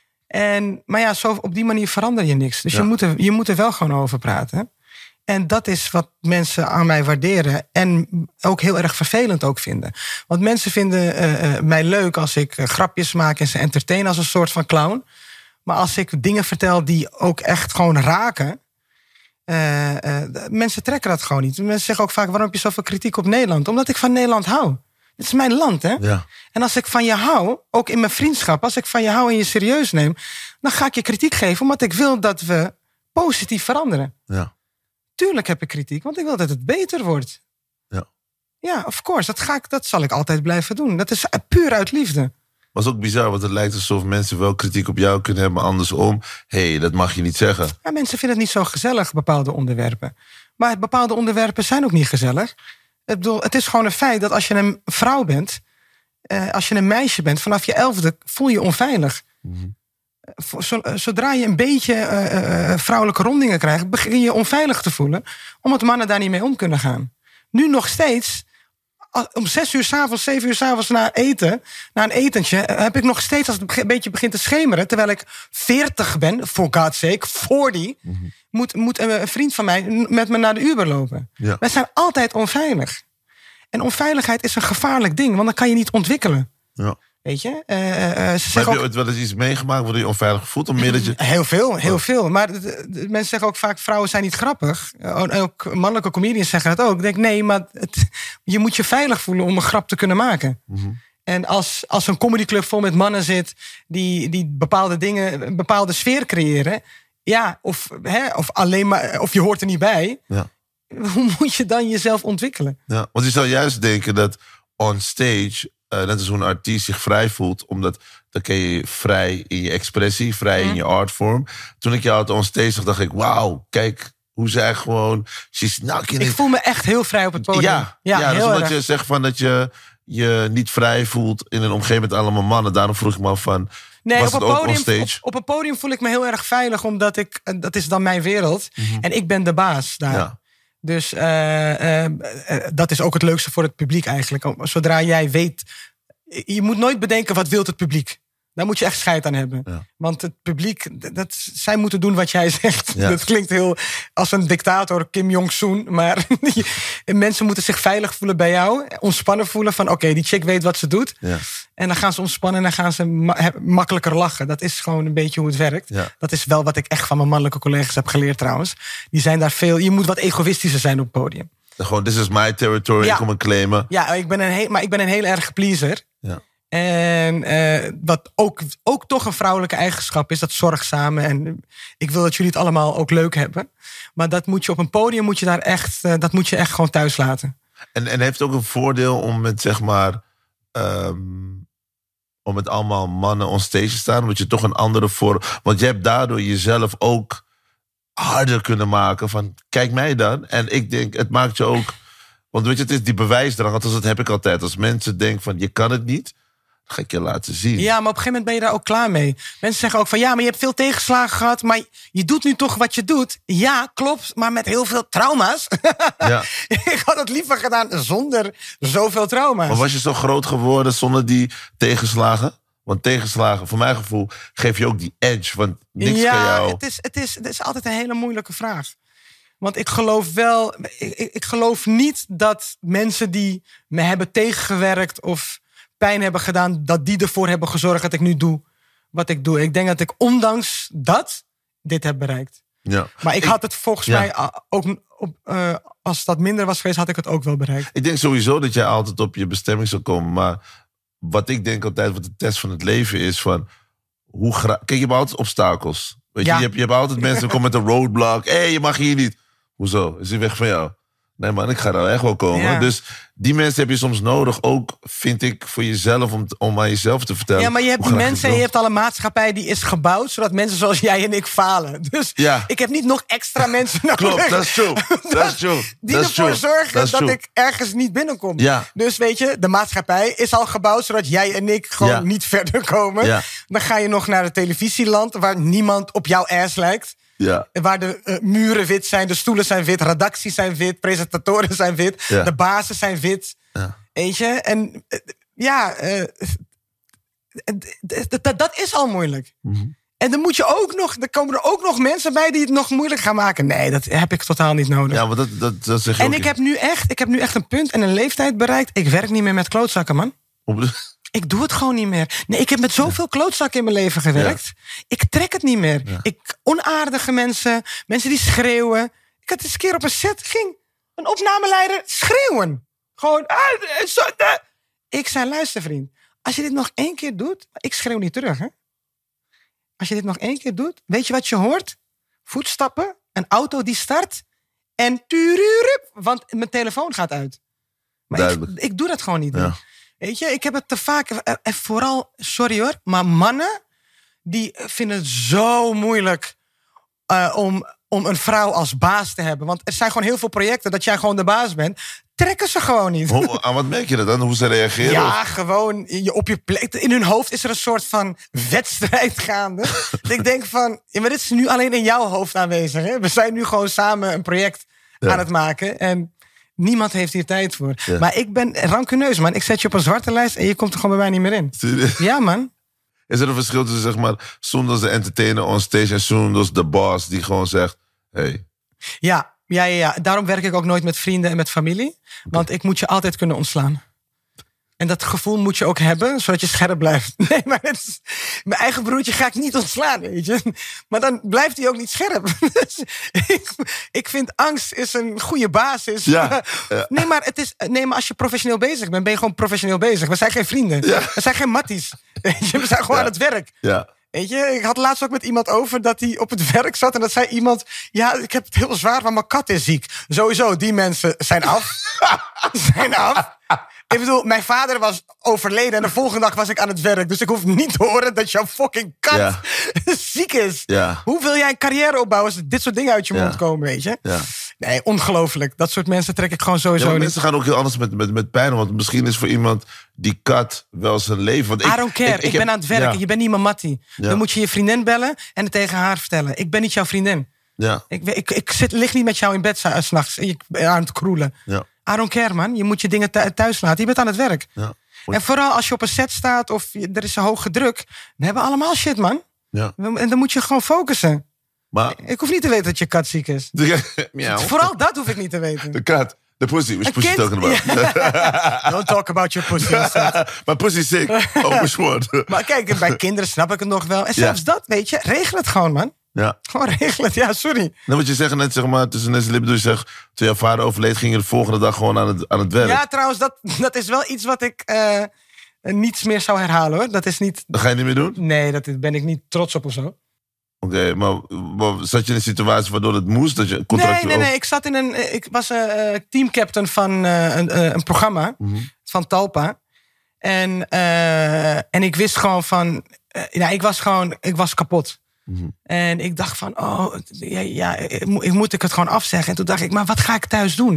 En, maar ja, zo op die manier verander je niks. Dus ja. je, moet er, je moet er wel gewoon over praten. En dat is wat mensen aan mij waarderen. En ook heel erg vervelend ook vinden. Want mensen vinden uh, uh, mij leuk als ik uh, grapjes maak en ze entertainen als een soort van clown. Maar als ik dingen vertel die ook echt gewoon raken. Uh, uh, mensen trekken dat gewoon niet. Mensen zeggen ook vaak, waarom heb je zoveel kritiek op Nederland? Omdat ik van Nederland hou. Het is mijn land, hè? Ja. En als ik van je hou, ook in mijn vriendschap, als ik van je hou en je serieus neem, dan ga ik je kritiek geven, omdat ik wil dat we positief veranderen. Ja. Tuurlijk heb ik kritiek, want ik wil dat het beter wordt. Ja. Ja, of course. Dat, ga ik, dat zal ik altijd blijven doen. Dat is puur uit liefde. Maar het is ook bizar, want het lijkt alsof mensen wel kritiek op jou kunnen hebben, andersom. Hé, hey, dat mag je niet zeggen. Ja, mensen vinden het niet zo gezellig, bepaalde onderwerpen. Maar bepaalde onderwerpen zijn ook niet gezellig. Ik bedoel, het is gewoon een feit dat als je een vrouw bent, eh, als je een meisje bent, vanaf je elfde voel je onveilig. Mm-hmm. Zodra je een beetje uh, uh, vrouwelijke rondingen krijgt, begin je onveilig te voelen, omdat mannen daar niet mee om kunnen gaan. Nu nog steeds, om zes uur 's avonds, zeven uur 's avonds na eten, na een etentje, heb ik nog steeds, als het een beetje begint te schemeren, terwijl ik veertig ben, for God's sake, veertig, mm-hmm. moet, moet een vriend van mij met me naar de Uber lopen. Ja. Wij zijn altijd onveilig. En onveiligheid is een gevaarlijk ding, want dan kan je niet ontwikkelen. Ja. Weet je? Uh, uh, ze heb je ook, ooit wel eens iets meegemaakt waar je onveilig voelt? Of meer dat je... Heel veel, heel oh. veel. Maar de, de, de, mensen zeggen ook vaak, vrouwen zijn niet grappig. Uh, ook mannelijke comedians zeggen het ook. Ik denk, nee, maar het, je moet je veilig voelen om een grap te kunnen maken. Mm-hmm. En als, als een comedyclub vol met mannen zit die, die bepaalde dingen, een bepaalde sfeer creëren, ja, of, hè, of alleen maar, of je hoort er niet bij. Ja. Hoe moet je dan jezelf ontwikkelen? Ja, want je zou juist denken dat on stage, uh, net als hoe een artiest zich vrij voelt, omdat dan kun je vrij in je expressie, vrij mm. in je artvorm. Toen ik jou had on stage zag, dacht ik, wauw, kijk hoe zij gewoon, she's knocking Ik it. voel me echt heel vrij op het podium. Ja, ja, ja, dus omdat je zegt van dat je je niet vrij voelt in een omgeving met allemaal mannen. Daarom vroeg ik me af van, nee, was op het een, ook podium, on stage? op, op een podium voel ik me heel erg veilig, omdat ik, dat is dan mijn wereld. Mm-hmm. En ik ben de baas daar. Ja. Dus uh, uh, uh, dat is ook het leukste voor het publiek eigenlijk. Zodra jij weet, je moet nooit bedenken wat wil het publiek. Daar moet je echt scheid aan hebben. Ja. Want het publiek, dat, zij moeten doen wat jij zegt. Ja. Dat klinkt heel als een dictator, Kim Jong-un. Maar mensen moeten zich veilig voelen bij jou. Ontspannen voelen van, oké, okay, die chick weet wat ze doet. Ja. En dan gaan ze ontspannen en dan gaan ze ma- makkelijker lachen. Dat is gewoon een beetje hoe het werkt. Ja. Dat is wel wat ik echt van mijn mannelijke collega's heb geleerd trouwens. Die zijn daar veel, je moet wat egoïstischer zijn op het podium. Gewoon, this is my territory, ja. Ik kom en claimen. Ja, ik ben een heel, maar ik ben een heel erg pleaser. Ja. En uh, wat ook, ook toch een vrouwelijke eigenschap is, dat zorgzame. En ik wil dat jullie het allemaal ook leuk hebben. Maar dat moet je op een podium, moet je daar echt, uh, dat moet je echt gewoon thuis laten. En, en heeft het ook een voordeel om met, zeg maar, um, om met allemaal mannen on stage te staan? Want je toch een andere vorm. Want je hebt daardoor jezelf ook harder kunnen maken van, kijk mij dan. En ik denk, het maakt je ook, want weet je, het is die bewijsdrang. Althans, dat heb ik altijd. Als mensen denken van, je kan het niet, ga ik je laten zien. Ja, maar op een gegeven moment ben je daar ook klaar mee. Mensen zeggen ook van, ja, maar je hebt veel tegenslagen gehad, maar je doet nu toch wat je doet. Ja, klopt, maar met heel veel trauma's. Ja. Ik had het liever gedaan zonder zoveel trauma's. Maar was je zo groot geworden zonder die tegenslagen? Want tegenslagen, voor mijn gevoel, geef je ook die edge. Want niks ja, kan jou... Ja, het is, het, is, het is altijd een hele moeilijke vraag. Want ik geloof wel, ik, ik geloof niet dat mensen die me hebben tegengewerkt of pijn hebben gedaan, dat die ervoor hebben gezorgd dat ik nu doe wat ik doe. Ik denk dat ik ondanks dat dit heb bereikt. Ja. Maar ik, ik had het volgens ja. mij ook, op, uh, als dat minder was geweest, had ik het ook wel bereikt. Ik denk sowieso dat jij altijd op je bestemming zou komen. Maar wat ik denk altijd, wat de test van het leven is, van hoe gra- Kijk, je hebt altijd obstakels. Weet ja. je? Je, hebt, je hebt altijd mensen die komen met een roadblock. Hé, hey, je mag hier niet. Hoezo? Is hij weg van jou? Nee man, ik ga er echt wel komen. Ja. Dus die mensen heb je soms nodig, ook vind ik, voor jezelf, om, om aan jezelf te vertellen. Ja, maar je hebt die mensen en je hebt al een maatschappij die is gebouwd zodat mensen zoals jij en ik falen. Dus ja. ik heb niet nog extra mensen nodig. Klopt, dat is true. Dat is true. Die that's ervoor true. zorgen that's dat true. ik ergens niet binnenkom. Ja. Dus weet je, de maatschappij is al gebouwd zodat jij en ik gewoon ja. niet verder komen. Ja. Dan ga je nog naar het televisieland waar niemand op jouw ass lijkt. Ja. Waar de uh, muren wit zijn, de stoelen zijn wit, redacties zijn wit, presentatoren zijn wit, Ja. de bazen zijn wit. Ja. Weet je? En uh, ja, uh, dat is al moeilijk. Mm-hmm. En dan moet je ook nog, er komen er ook nog mensen bij die het nog moeilijk gaan maken. Nee, dat heb ik totaal niet nodig. Ja, maar dat, dat, dat zeg je en ook ik in. heb, nu echt, ik heb nu echt een punt en een leeftijd bereikt. Ik werk niet meer met klootzakken, man. Op de- Ik doe het gewoon niet meer. Nee, ik heb met zoveel klootzakken in mijn leven gewerkt. Ja. Ik trek het niet meer. Ja. Ik, onaardige mensen, mensen die schreeuwen. Ik had eens een keer op een set, ging een opnameleider schreeuwen. Gewoon, ah, zo, uh. Ik zei, luister vriend, als je dit nog één keer doet, ik schreeuw niet terug, hè. Als je dit nog één keer doet, weet je wat je hoort? Voetstappen, een auto die start en tururup, want mijn telefoon gaat uit. Maar ik, ik doe dat gewoon niet. Ja. Weet je, ik heb het te vaak, en vooral, sorry hoor, maar mannen die vinden het zo moeilijk uh, om, om een vrouw als baas te hebben. Want er zijn gewoon heel veel projecten dat jij gewoon de baas bent. Trekken ze gewoon niet. Hoe, aan wat merk je dat dan? Hoe ze reageren? Ja, of? gewoon je, op je plek. In hun hoofd is er een soort van wedstrijd gaande. Dat ik denk van, ja, maar dit is nu alleen in jouw hoofd aanwezig. Hè? We zijn nu gewoon samen een project ja. aan het maken. En niemand heeft hier tijd voor. Ja. Maar ik ben rancuneus, man. Ik zet je op een zwarte lijst en je komt er gewoon bij mij niet meer in. Serieus? Ja, man. Is er een verschil tussen, zeg maar, Soendos de entertainer on stage en Soendos de boss die gewoon zegt, hey. Ja. Ja, ja, ja, daarom werk ik ook nooit met vrienden en met familie. Want ik moet je altijd kunnen ontslaan. En dat gevoel moet je ook hebben, zodat je scherp blijft. Nee, maar het is, mijn eigen broertje ga ik niet ontslaan, weet je. Maar dan blijft hij ook niet scherp. Dus ik, ik vind angst is een goede basis. Ja, ja. Nee, maar het is, nee, maar als je professioneel bezig bent, ben je gewoon professioneel bezig. We zijn geen vrienden. Ja. We zijn geen matties. Weet je, we zijn gewoon ja. aan het werk. Ja. Weet je, ik had laatst ook met iemand over dat hij op het werk zat. En dat zei iemand, ja, ik heb het heel zwaar, want mijn kat is ziek. Sowieso, die mensen zijn af. zijn af. Ik bedoel, mijn vader was overleden en de volgende dag was ik aan het werk. Dus ik hoef niet te horen dat jouw fucking kat ja. ziek is. Ja. Hoe wil jij een carrière opbouwen als dit soort dingen uit je ja. mond komen, weet je? Ja. Nee, ongelooflijk. Dat soort mensen trek ik gewoon sowieso ja, niet. Mensen gaan ook heel anders met, met, met pijn. Want misschien is voor iemand die kat wel zijn leven. Want ik, I don't care. Ik, ik, ik heb, ben aan het werken. Ja. Je bent niet mijn mattie. Ja. Dan moet je je vriendin bellen en het tegen haar vertellen. Ik ben niet jouw vriendin. Ja. Ik, ik, ik zit, lig niet met jou in bed 's nachts aan het kroelen. Ja. I don't care, man. Je moet je dingen thuis laten. Je bent aan het werk. Ja. En vooral als je op een set staat of je, er is een hoge druk. We hebben allemaal shit, man. Ja. En dan moet je gewoon focussen. Maar, ik hoef niet te weten dat je kat ziek is. Vooral dat hoef ik niet te weten. De kat. De pussy. Which pussy talking about? Yeah. Don't talk about your pussy. My pussy sick. Oh, which one? Maar kijk, bij kinderen snap ik het nog wel. En zelfs ja. dat, weet je. Regel het gewoon, man. Ja. Gewoon regel het. Ja, sorry. Nou, wat je zegt net, zeg maar, tussen Nessie lippen, je zegt, toen jouw vader overleed, ging je de volgende dag gewoon aan het, aan het werk. Ja, trouwens, dat, dat is wel iets wat ik uh, niets meer zou herhalen, hoor. Dat is niet... Dat ga je niet meer doen? Nee, daar ben ik niet trots op of zo. Oké, okay, maar, maar zat je in een situatie waardoor het moest? Dat je contract nee, nee, nee. Ik zat in een. Ik was uh, teamcaptain van uh, een, uh, een programma mm-hmm. van Talpa. En, uh, en ik wist gewoon van. Uh, ja, ik was gewoon. Ik was kapot. Mm-hmm. En ik dacht van, oh, ja, ja ik, ik moet ik het gewoon afzeggen. En toen dacht ik, maar wat ga ik thuis doen?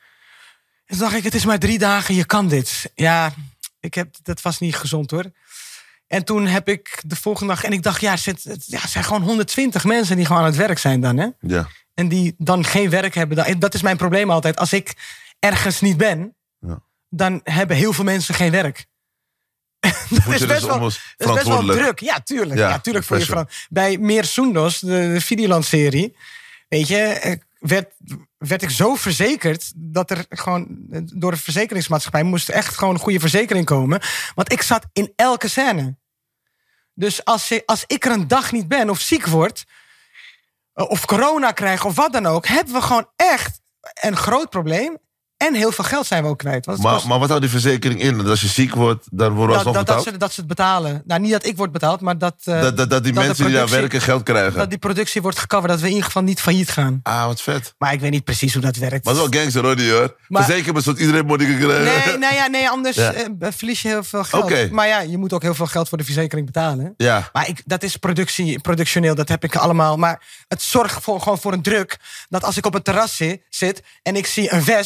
En toen dacht ik, het is maar drie dagen, je kan dit. Ja, ik heb, dat was niet gezond, hoor. En toen heb ik de volgende dag... En ik dacht, ja, er, zit, ja, er zijn gewoon honderdtwintig mensen die gewoon aan het werk zijn dan. Hè? Ja. En die dan geen werk hebben. Dan, dat is mijn probleem altijd. Als ik ergens niet ben, ja. dan hebben heel veel mensen geen werk. dat is best, dus wel, dat is best wel druk. Ja, tuurlijk. Ja, ja, tuurlijk voor je vrouw. Bij Meer Soendos, de, de Videoland-serie... Weet je, werd, werd ik zo verzekerd... dat er gewoon door de verzekeringsmaatschappij... moest echt gewoon een goede verzekering komen. Want ik zat in elke scène. Dus als, je, als ik er een dag niet ben of ziek word... of corona krijg of wat dan ook... hebben we gewoon echt een groot probleem... En heel veel geld zijn we ook kwijt. Maar, kost... maar wat houdt die verzekering in? Dat als je ziek wordt, dan worden we alsnog dat, betaald? Dat ze, dat ze het betalen. Nou, niet dat ik word betaald, maar dat... Uh, dat, dat, dat die dat mensen die daar werken geld krijgen? Dat die productie wordt gecoverd, dat we in ieder geval niet failliet gaan. Ah, wat vet. Maar ik weet niet precies hoe dat werkt. Maar dat is wel gangster, hoor, die hoor. Maar... Verzeker me, zodat iedereen moet ik krijgen. Nee, nee, ja, nee anders ja. uh, verlies je heel veel geld. Okay. Maar ja, je moet ook heel veel geld voor de verzekering betalen. Ja. Maar ik, dat is productie, productioneel, dat heb ik allemaal. Maar het zorgt voor, gewoon voor een druk... dat als ik op een terras zit en ik zie een wesp...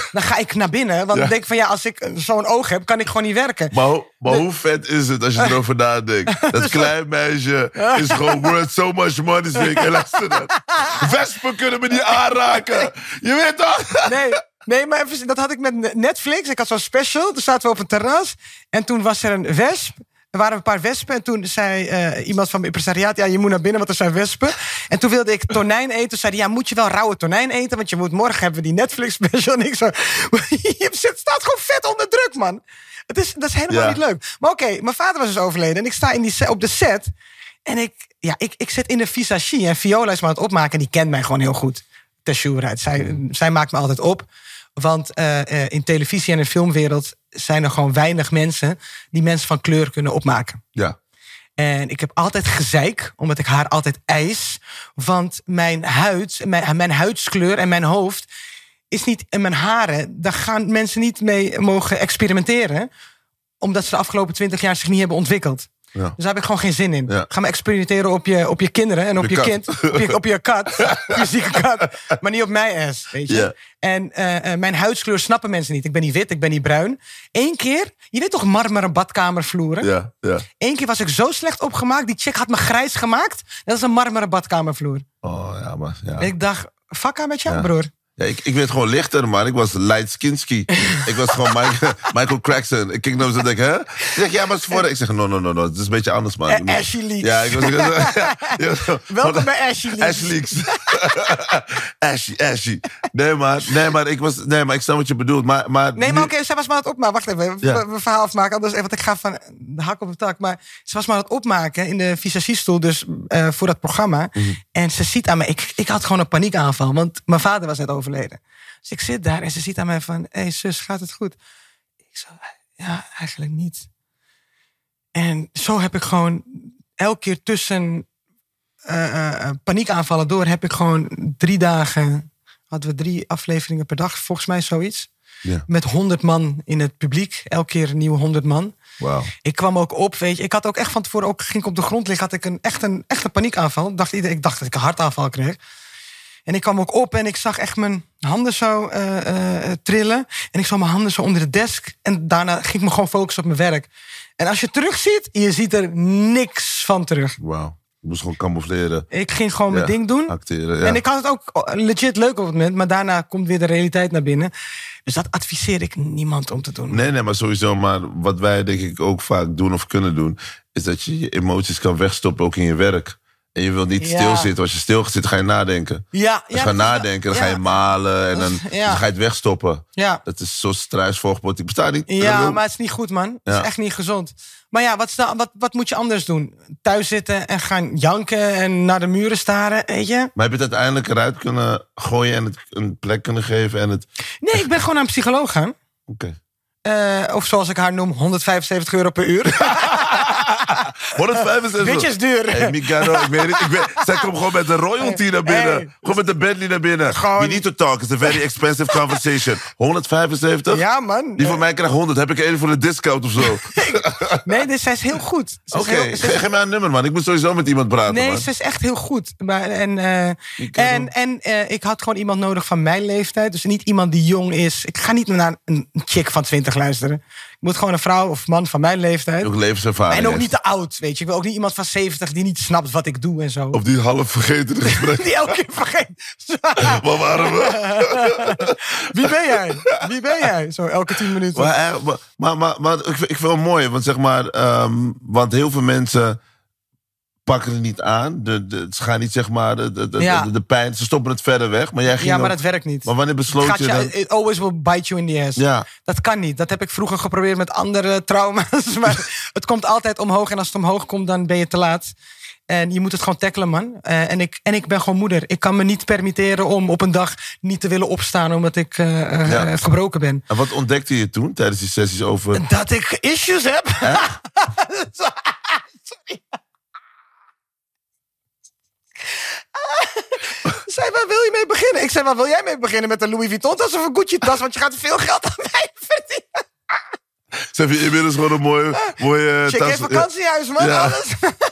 dan ga ik naar binnen. Want Ja. ik denk van ja, als ik zo'n oog heb, kan ik gewoon niet werken. Maar, ho- maar hoe vet is het als je erover nadenkt? Dat klein meisje is gewoon worth so much money. Zeg ik, hey, luister dan. Wespen kunnen me niet aanraken. Je weet toch? Nee, nee, maar even, dat had ik met Netflix. Ik had zo'n special. Toen zaten we op een terras. En toen was er een wesp. Er waren een paar wespen. En toen zei uh, iemand van mijn impresariaat... ja, je moet naar binnen, want er zijn wespen. En toen wilde ik tonijn eten. Toen zei hij, ja, moet je wel rauwe tonijn eten? Want je moet morgen hebben we die Netflix special. En ik zo... je zit, staat gewoon vet onder druk, man. Het is, dat is helemaal Ja. niet leuk. Maar oké, okay, mijn vader was dus overleden. En ik sta in die set, op de set. En ik, ja, ik, ik zit in de visagie. En Viola is me aan het opmaken. En die kent mij gewoon heel goed. Teshuurheid. Zij, zij maakt me altijd op. Want uh, uh, in televisie en in de filmwereld zijn er gewoon weinig mensen die mensen van kleur kunnen opmaken. Ja. En ik heb altijd gezeik, omdat ik haar altijd eis. Want mijn huid, mijn, mijn huidskleur en mijn hoofd is niet... en mijn haren, daar gaan mensen niet mee mogen experimenteren. Omdat ze de afgelopen twintig jaar zich niet hebben ontwikkeld. Ja. Dus daar heb ik gewoon geen zin in. Ja. Ga maar experimenteren op je, op je kinderen en op Je je, kat. kind. Op je, op je kat. Op je zieke kat. Maar niet op mijn ass, weet je. Ja. En uh, uh, mijn huidskleur snappen mensen niet. Ik ben niet wit, ik ben niet bruin. Eén keer, je weet toch marmeren badkamervloeren? Ja, ja. Eén keer was ik zo slecht opgemaakt. Die chick had me grijs gemaakt. Dat is een marmeren badkamervloer. Oh, ja, maar... Ja. Ik dacht, fuck aan met jou, Ja. broer. Ja, ik, ik werd gewoon lichter, man. Ik was light skinski. Ik was gewoon Michael, Michael Crackson. Ik keek naar hem en denk, hè? Ik zeg, ja, maar het is voor... Ik zeg, no, no, no, no. Het is een beetje anders, man. Eh, Ashy Leaks. Ja, ik was... Ik was ja, ja. Welkom bij Ashy Leaks. Ashy Leaks. Ashy, Ashy. Nee, maar, nee, maar ik was... Nee, maar ik snap wat je bedoelt. Maar, maar Nee, nu- maar oké, okay, zij was maar aan het opmaken. Wacht even, we Ja. we verhaal afmaken. Anders, want ik ga van de hak op de tak. Maar ze was maar aan het opmaken in de visagiestoel. Dus uh, voor dat programma. Mm-hmm. En ze ziet aan me... Ik, ik had gewoon een paniekaanval. Want mijn vader was net overleden. Dus ik zit daar en ze ziet aan mij van... Hé hey, zus, gaat het goed? Ik zo, ja, eigenlijk niet. En zo heb ik gewoon elke keer tussen uh, uh, paniekaanvallen door... heb ik gewoon drie dagen... hadden we drie afleveringen per dag, volgens mij zoiets. Ja. Met honderd man in het publiek. Elke keer een nieuwe honderd man. Wauw. Ik kwam ook op, weet je. Ik had ook echt van tevoren, ook ging ik op de grond liggen... had ik een, echt, een, echt een paniekaanval. Dacht iedereen, ik dacht dat ik een hartaanval kreeg. En ik kwam ook op en ik zag echt mijn handen zo uh, uh, trillen. En ik zag mijn handen zo onder de desk. En daarna ging ik me gewoon focussen op mijn werk. En als je terug ziet, je ziet er niks van terug. Wauw. Je moest gewoon camoufleren. Ik ging gewoon mijn Ja, ding doen. acteren, ja. En ik had het ook legit leuk op het moment. Maar daarna komt weer de realiteit naar binnen. Dus dat adviseer ik niemand om te doen. Nee, nee, maar sowieso. Maar wat wij denk ik ook vaak doen of kunnen doen... is dat je je emoties kan wegstoppen, ook in je werk. En je wilt niet Ja. stilzitten. Als je stil gaat zitten, ga je nadenken. Ja, Als je ja, gaat dat is wel- nadenken, dan ja. ga je malen. En Dat dan, is- ja. dan ga je het wegstoppen. Ja. Dat is zo struisvolgpolitiek. Bestaat niet. Ja, maar het is niet goed, man. Het Ja. is echt niet gezond. Maar ja, wat, is nou- wat, wat moet je anders doen? Thuis zitten en gaan janken en naar de muren staren, weet je? Maar heb je het uiteindelijk eruit kunnen gooien... en het een plek kunnen geven en het... Nee, ik ben gewoon naar een psycholoog gaan. Oké. Uh, of zoals ik haar noem, honderdvijfenzeventig euro per uur. honderdvijfenzestig. Bitch is duur. Hey, Mikado, ik weet het. Ik weet, zij komt gewoon met de royalty naar binnen. Hey. Gewoon met de Bentley naar binnen. Gewoon- We need to talk. It's a very expensive conversation. honderdvijfenzeventig? Ja, man. Die van mij krijgt honderd. Heb ik één voor de discount of zo? Nee, dus zij is heel goed. Ze Oké, is heel- ze is- ge- geef mij een nummer, man. Ik moet sowieso met iemand praten, Nee, man. ze is echt heel goed. Maar, en uh, Ik ken en, en uh, ik had gewoon iemand nodig van mijn leeftijd. Dus niet iemand die jong is. Ik ga niet naar een chick van twintig luisteren. Ik moet gewoon een vrouw of man van mijn leeftijd. Ook levenservaring. En ook heeft. niet te oud, weet je. Ik wil ook niet iemand van zeventig die niet snapt wat ik doe en zo. Of die half vergeten het gesprek. Die elke keer vergeet. Waar waren we? Wie ben jij? Wie ben jij? Zo elke tien minuten. Maar, eigenlijk- maar, maar, maar, maar ik, vind- ik vind het wel mooi, want zeg maar, ehm, want heel veel mensen pakken het niet aan. De, de, ze gaan niet zeg maar de, de, de, Ja. de, de pijn, ze stoppen het verder weg. Maar jij ging Ja, maar ook- dat werkt niet. Maar wanneer besloot Gaat je je, dan? it always will bite you in the ass. Ja. Dat kan niet. Dat heb ik vroeger geprobeerd met andere trauma's. Maar het komt altijd omhoog. En als het omhoog komt, dan ben je te laat. En je moet het gewoon tackelen, man. Uh, en, ik, en ik ben gewoon moeder. Ik kan me niet permitteren om op een dag niet te willen opstaan... omdat ik uh, uh, Ja. gebroken ben. En wat ontdekte je toen tijdens die sessies over? Dat ik issues heb. Sorry. Zei, waar wil je mee beginnen? Ik zei, waar wil jij mee beginnen? Met een Louis Vuitton tas of een Gucci tas? Want je gaat veel geld aan mij verdienen. Ze hebben je inmiddels gewoon een mooie, mooie Check tas. in vakantiehuis, man. Ja. Alles.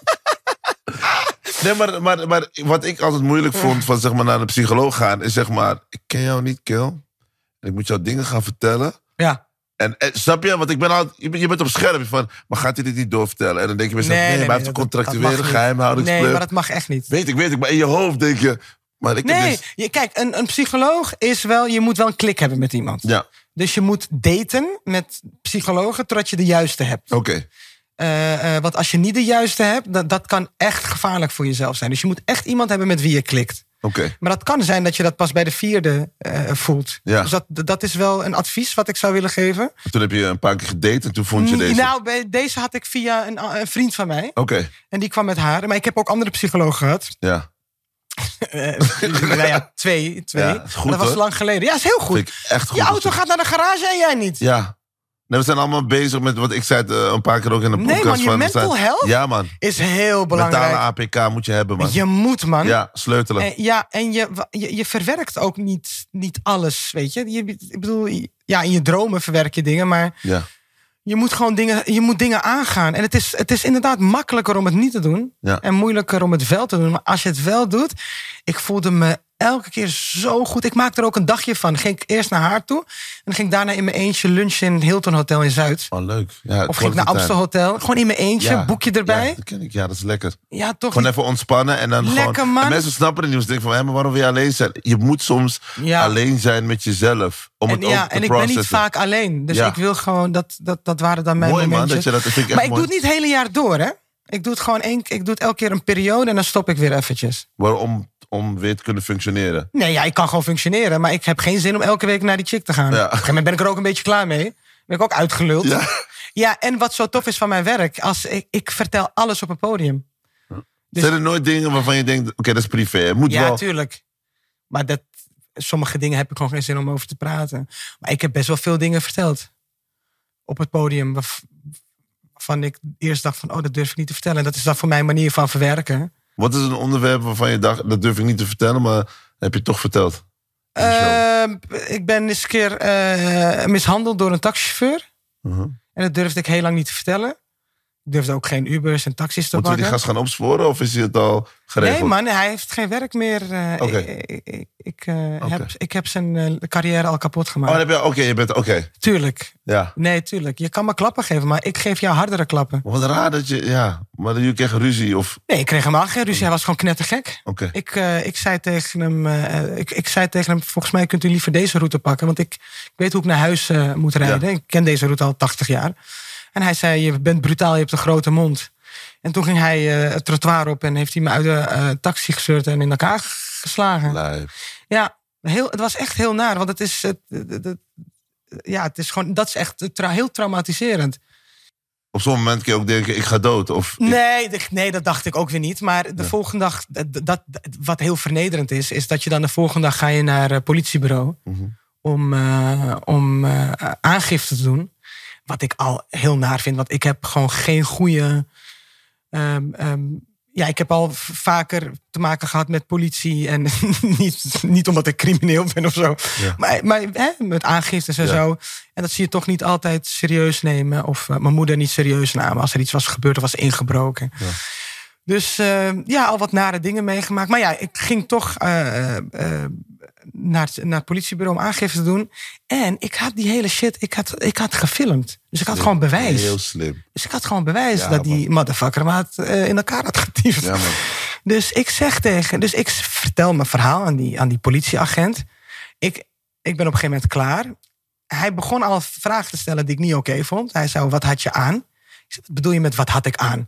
Nee, maar, maar, maar wat ik altijd moeilijk vond van zeg maar naar een psycholoog gaan is zeg maar, ik ken jou niet, Kel. En ik moet jou dingen gaan vertellen. Ja. En, en snap je? Want ik ben al, je, bent, je bent op scherp van, maar gaat hij dit niet doorvertellen? En dan denk je bij jezelf, nee, nee, nee, maar hij heeft een contractuele geheimhoudingspleeg. Nee, maar dat mag echt niet. Weet ik, weet ik. Maar in je hoofd denk je... Maar ik nee, dus... je, kijk, een, een psycholoog is wel... Je moet wel een klik hebben met iemand. Ja. Dus je moet daten met psychologen totdat je de juiste hebt. Oké. Okay. Uh, uh, want als je niet de juiste hebt, dat, dat kan echt gevaarlijk voor jezelf zijn. Dus je moet echt iemand hebben met wie je klikt. Okay. Maar dat kan zijn dat je dat pas bij de vierde uh, voelt. Ja. Dus dat, dat is wel een advies wat ik zou willen geven. Toen heb je een paar keer gedate en toen vond je deze? Nou, bij deze had ik via een, een vriend van mij. Oké. Okay. En die kwam met haar. Maar ik heb ook andere psychologen gehad. Ja. uh, nou ja, twee. twee. Ja, goed, dat was hoor. lang geleden. Ja, is heel goed. Vind ik echt goed. Je auto gaat naar de garage en jij niet. Ja. Nee, we zijn allemaal bezig met wat ik zei het, uh, een paar keer ook in de podcast. Nee man, je van, mental zijn, health ja, man. is heel belangrijk. Mentale A P K moet je hebben, man. Je moet, man. Ja, sleutelen. En, ja, en je, je, je verwerkt ook niet, niet alles, weet je. je. Ik bedoel, ja, in je dromen verwerk je dingen, maar... Ja. Je moet gewoon dingen, je moet dingen aangaan. En het is, het is inderdaad makkelijker om het niet te doen. Ja. En moeilijker om het wel te doen. Maar als je het wel doet... Ik voelde me elke keer zo goed. Ik maakte er ook een dagje van. Ging ik eerst naar haar toe. En dan ging ik daarna in mijn eentje lunchen in het Hilton Hotel in Zuid. Oh, leuk. Ja, of ging ik naar Amstel Hotel. Gewoon in mijn eentje, ja, boekje erbij. Ja, dat ken ik. Ja, dat is lekker. Ja, toch. Gewoon even ontspannen. En dan lekker, gewoon... man. En mensen snappen het niet. Ze denken van, hé, maar waarom wil je alleen zijn? Je moet soms ja. alleen zijn met jezelf. Om en, het ook ja, te en ik ben niet vaak alleen. Dus ja. ik wil gewoon... Dat, dat, dat waren dan mijn mooi, momentjes. Man, dat je dat, vind ik maar echt ik mooi. doe het niet het hele jaar door, hè. Ik doe het gewoon één... Ik doe het elke keer een periode en dan stop ik weer eventjes. Waarom? Om weer te kunnen functioneren. Nee, ja, ik kan gewoon functioneren. Maar ik heb geen zin om elke week naar die chick te gaan. Ja. Op een gegeven moment ben ik er ook een beetje klaar mee. Ben ik ook uitgeluld. Ja, ja en wat zo tof is van mijn werk. Als ik, ik vertel alles op een podium. Dus... Zijn er nooit dingen waarvan je denkt... Oké, okay, dat is privé. Moet ja, wel... tuurlijk. Maar dat, sommige dingen heb ik gewoon geen zin om over te praten. Maar ik heb best wel veel dingen verteld. Op het podium. Waarvan ik eerst dacht van... Oh, dat durf ik niet te vertellen. En dat is dan voor mij een manier van verwerken. Wat is een onderwerp waarvan je dacht... Dat durf ik niet te vertellen, maar heb je toch verteld? Uh, ik ben eens een keer uh, mishandeld door een taxichauffeur. Uh-huh. En dat durfde ik heel lang niet te vertellen. Ik durfde ook geen Ubers en taxis te Moeten pakken. we die gast gaan opsporen of is hij het al geregeld? Nee man, hij heeft geen werk meer. Uh, okay. Ik, ik, ik, uh, okay. heb, ik heb zijn uh, carrière al kapot gemaakt. Oh, oké, okay, je bent oké. Okay. Tuurlijk. Ja. Nee, tuurlijk. Je kan me klappen geven, maar ik geef jou hardere klappen. Wat raar dat je, ja, maar je kreeg ruzie of... Nee, ik kreeg helemaal geen ruzie. Hij was gewoon knettergek. Oké. Okay. Ik, uh, ik zei tegen hem, uh, ik, ik zei tegen hem, volgens mij kunt u liever deze route pakken, want ik, ik weet hoe ik naar huis uh, moet rijden. Ja. Ik ken deze route al tachtig jaar. En hij zei, je bent brutaal, je hebt een grote mond. En toen ging hij uh, het trottoir op en heeft hij me uit de uh, taxi gesleurd en in elkaar geslagen. Live. Ja, heel, het was echt heel naar, want het is, het, het, het, ja, het is gewoon, dat is echt tra- heel traumatiserend. Op zo'n moment kun je ook denken, ik ga dood. Of nee, de, nee, dat dacht ik ook weer niet. Maar de ja. volgende dag, dat, dat, wat heel vernederend is, is dat je dan de volgende dag ga je naar het politiebureau mm-hmm. om, uh, om uh, aangifte te doen. Wat ik al heel naar vind, want ik heb gewoon geen goede... Um, um, ja, ik heb al v- vaker te maken gehad met politie. En niet, niet omdat ik crimineel ben of zo. Ja. Maar, maar hè, met aangiftes en ja. zo. En dat zie je toch niet altijd serieus nemen. Of uh, mijn moeder niet serieus namen. Als er iets was gebeurd of was ingebroken. Ja. Dus uh, ja, al wat nare dingen meegemaakt. Maar ja, ik ging toch uh, uh, naar, het, naar het politiebureau om aangifte te doen. En ik had die hele shit, ik had, ik had gefilmd. Dus ik had slim. gewoon bewijs. Heel slim. Dus ik had gewoon bewijs ja, dat man. die motherfucker me had uh, in elkaar had getiefd. Ja, dus ik zeg tegen, dus ik vertel mijn verhaal aan die, aan die politieagent. Ik, ik ben op een gegeven moment klaar. Hij begon al vragen te stellen die ik niet oké okay vond. Hij zei, wat had je aan? Ik zei, wat bedoel je met wat had ik aan?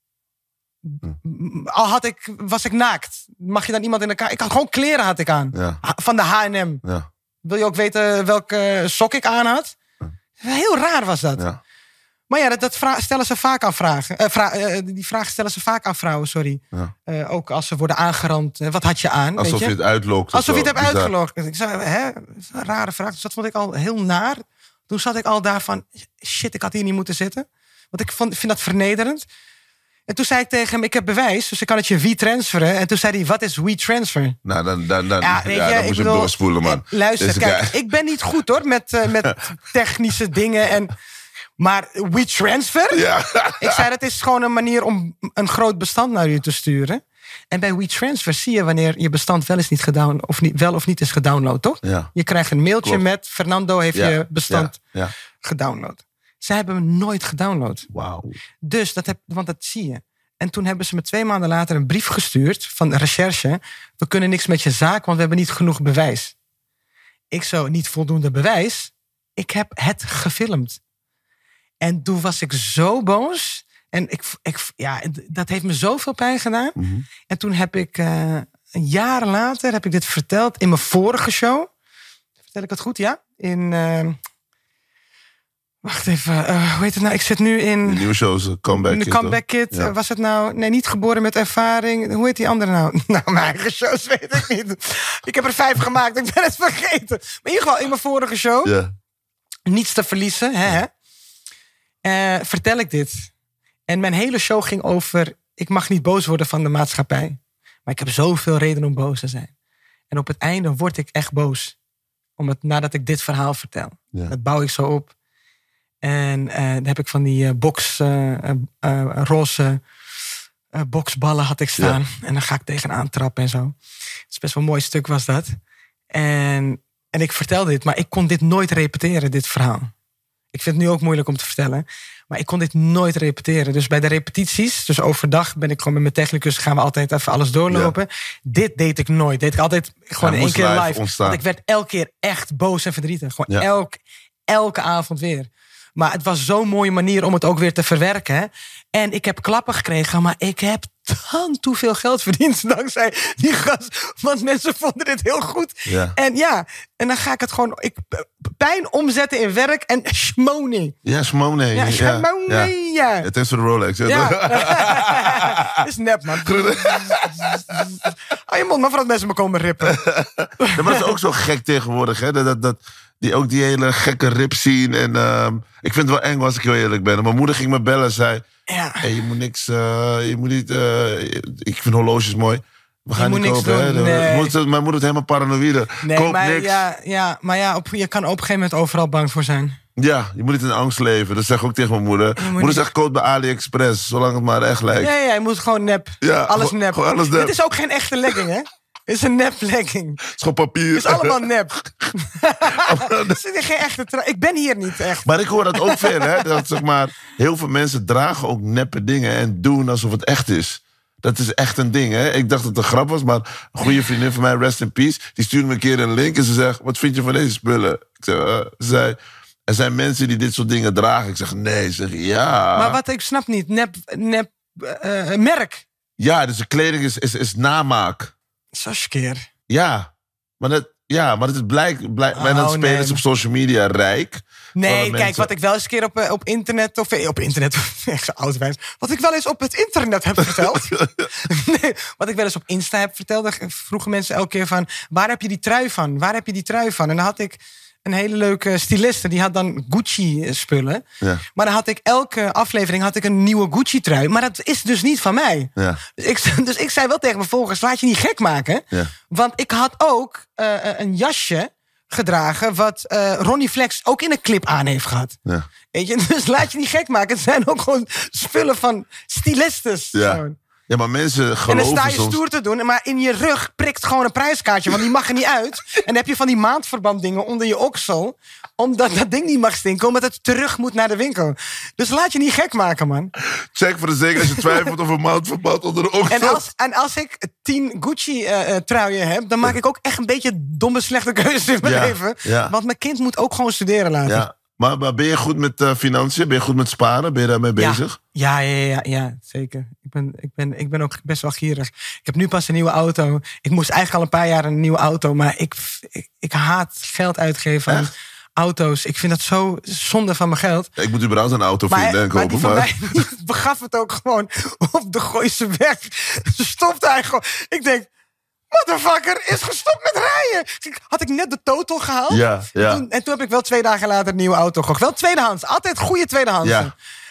Hm. Al had ik, was ik naakt. Mag je dan iemand in elkaar... Ik had gewoon kleren had ik aan. Ja. Van de H en M. Ja. Wil je ook weten welke sok ik aan had? Ja. Heel raar was dat. Ja. Maar ja, dat, dat vra- stellen ze vaak aan vragen. Uh, vra- uh, die vragen stellen ze vaak aan vrouwen, sorry. Ja. Uh, ook als ze worden aangerand. Uh, wat had je aan? Alsof weet je? je het uitlokt. Alsof je het hebt bizar. uitgelokt. Ik zei, hè? Dat is een rare vraag. Dus dat vond ik al heel naar. Toen zat ik al daar van... Shit, ik had hier niet moeten zitten. Want ik vond, vind dat vernederend. En toen zei ik tegen hem, ik heb bewijs, dus ik kan het je WeTransferen. En toen zei hij, wat is WeTransfer? Nou, dan, dan, dan, ja, ja, je, dan moet je hem doorspoelen, man. Luister, dus kijk, ik ben niet goed hoor, met, uh, met technische dingen. En, maar WeTransfer? Ja. Ik zei, dat is gewoon een manier om een groot bestand naar u te sturen. En bij WeTransfer zie je wanneer je bestand wel, is niet gedown, of niet, wel of niet is gedownload, toch? Ja. Je krijgt een mailtje Klopt. met Fernando heeft Ja. je bestand Ja. Ja. gedownload. Ze hebben hem nooit gedownload. Wauw. Dus, dat heb, want dat zie je. En toen hebben ze me twee maanden later een brief gestuurd van de recherche. We kunnen niks met je zaak, want we hebben niet genoeg bewijs. Ik zo, niet voldoende bewijs. Ik heb het gefilmd. En toen was ik zo boos. En ik, ik, ja, dat heeft me zoveel pijn gedaan. Mm-hmm. En toen heb ik, uh, een jaar later, heb ik dit verteld in mijn vorige show. Vertel ik het goed, ja? In... Uh, Wacht even, uh, hoe heet het nou? Ik zit nu in... De nieuwe shows, Comeback in de Kid. Comeback Kid. Ja. Was het nou... Nee, niet geboren met ervaring. Hoe heet die andere nou? Nou, mijn eigen shows weet ik niet. Ik heb er vijf gemaakt, ik ben het vergeten. Maar in ieder geval, in mijn vorige show... Ja. Niets te verliezen, hè? hè? Uh, vertel ik dit. En mijn hele show ging over... Ik mag niet boos worden van de maatschappij. Maar ik heb zoveel reden om boos te zijn. En op het einde word ik echt boos. Omdat, nadat ik dit verhaal vertel. Ja. Dat bouw ik zo op. En uh, dan heb ik van die uh, box, uh, uh, uh, roze uh, boxballen had ik staan. Ja. En dan ga ik tegenaan trappen en zo. Het is best wel een mooi stuk was dat. En, en ik vertelde dit, maar ik kon dit nooit repeteren, dit verhaal. Ik vind het nu ook moeilijk om te vertellen. Maar ik kon dit nooit repeteren. Dus bij de repetities, dus overdag ben ik gewoon met mijn technicus... gaan we altijd even alles doorlopen. Ja. Dit deed ik nooit. Deed ik altijd gewoon ja, één keer live. live ontstaan. Want ik werd elke keer echt boos en verdrietig. Gewoon ja. elk, elke avond weer. Maar het was zo'n mooie manier om het ook weer te verwerken. En ik heb klappen gekregen, maar ik heb dan te veel geld verdiend dankzij die gast. Want mensen vonden dit heel goed. Ja. En ja, en dan ga ik het gewoon... Ik, pijn omzetten in werk en shmoney. Ja, shmoney. Ja, shmoney, ja. ja. ja. Thanks voor de Rolex. Ja. Is nep, man. Hou je mond, maar voordat mensen me komen rippen. Ja, maar dat is ook zo gek tegenwoordig, hè. Dat... dat, dat... Die ook die hele gekke rip zien. En uh, ik vind het wel eng als ik heel eerlijk ben. Mijn moeder ging me bellen en zei... Ja. Hey, je moet niks... Uh, je moet niet... Uh, ik vind horloges mooi. We gaan je niet moet kopen. Niks doen, hè? nee. Moeder, mijn moeder is helemaal paranoïde. Nee, Koop maar niks. ja, ja, maar ja, op, je kan op een gegeven moment overal bang voor zijn. Ja, je moet niet in angst leven. Dat zeg ik ook tegen mijn moeder. Mijn moeder niet... zegt, koop bij AliExpress. Zolang het maar echt lijkt. Ja, ja, je moet gewoon nep. Ja, alles gewoon, nep. Gewoon alles nep. Dit is ook geen echte legging, hè? Het is een nep legging. Het is gewoon papier. Het is allemaal nep. Het is geen echte tra- Ik ben hier niet echt. Maar ik hoor dat ook veel, hè? Dat zeg maar, heel veel mensen dragen ook neppe dingen en doen alsof het echt is. Dat is echt een ding, hè? Ik dacht dat het een grap was, maar een goede vriendin van mij, rest in peace, die stuurde me een keer een link en ze zegt, wat vind je van deze spullen? Ik zeg, uh, ze zei, er zijn mensen die dit soort dingen dragen. Ik zeg, nee. Ze zeg, ja. Maar wat ik snap niet, nep, nep uh, merk. Ja, dus de kleding is, is, is namaak. Saskeer. Ja, maar dat, ja, maar het blijkt, blijkt oh, en dan spelen nee. ze op social media rijk. Nee, kijk, mensen... wat ik wel eens een keer op, uh, op internet... of op internet, echt zo oud wijs. Wat ik wel eens op het internet heb verteld... nee, wat ik wel eens op Insta heb verteld... vroegen mensen elke keer van... waar heb je die trui van? Waar heb je die trui van? En dan had ik een hele leuke styliste... die had dan Gucci-spullen. Ja. Maar dan had ik elke aflevering had ik een nieuwe Gucci-trui. Maar dat is dus niet van mij. Ja. Dus, ik, dus ik zei wel tegen mijn volgers... laat je niet gek maken. Ja. Want ik had ook uh, een jasje... gedragen wat uh, Ronnie Flex ook in een clip aan heeft gehad. Ja. Weet je, dus laat je niet gek maken. Het zijn ook gewoon spullen van stylistes. Ja, gewoon. ja maar mensen geloven En dan sta je soms... stoer te doen, maar in je rug prikt gewoon een prijskaartje, want die mag er niet uit. En dan heb je van die maandverband dingen onder je oksel, omdat dat ding niet mag stinken, omdat het terug moet naar de winkel. Dus laat je niet gek maken, man. Check voor de zeker als je twijfelt of een maandverband onder de oksel. En als, en als ik tien Gucci-truien uh, heb, dan maak ik ook echt een beetje domme, slechte keuzes in mijn ja, leven. Ja. Want mijn kind moet ook gewoon studeren laten. Ja. Maar, maar ben je goed met uh, financiën? Ben je goed met sparen? Ben je daarmee bezig? Ja, ja, ja, ja, ja zeker. Ik ben, ik, ben, ik ben ook best wel gierig. Ik heb nu pas een nieuwe auto. Ik moest eigenlijk al een paar jaar een nieuwe auto. Maar ik, ik, ik haat geld uitgeven aan Echt? auto's. Ik vind dat zo zonde van mijn geld. Ik moet überhaupt een auto maar, vinden en maar kopen. die van maar... mij begaf het ook gewoon op de Gooise weg. Stopte hij gewoon. Ik denk... Motherfucker is gestopt met rijden. Had ik net de Total gehaald. Ja, ja. En, toen, en toen heb ik wel twee dagen later een nieuwe auto gekocht. Wel tweedehands. Altijd goede tweedehands. Ja.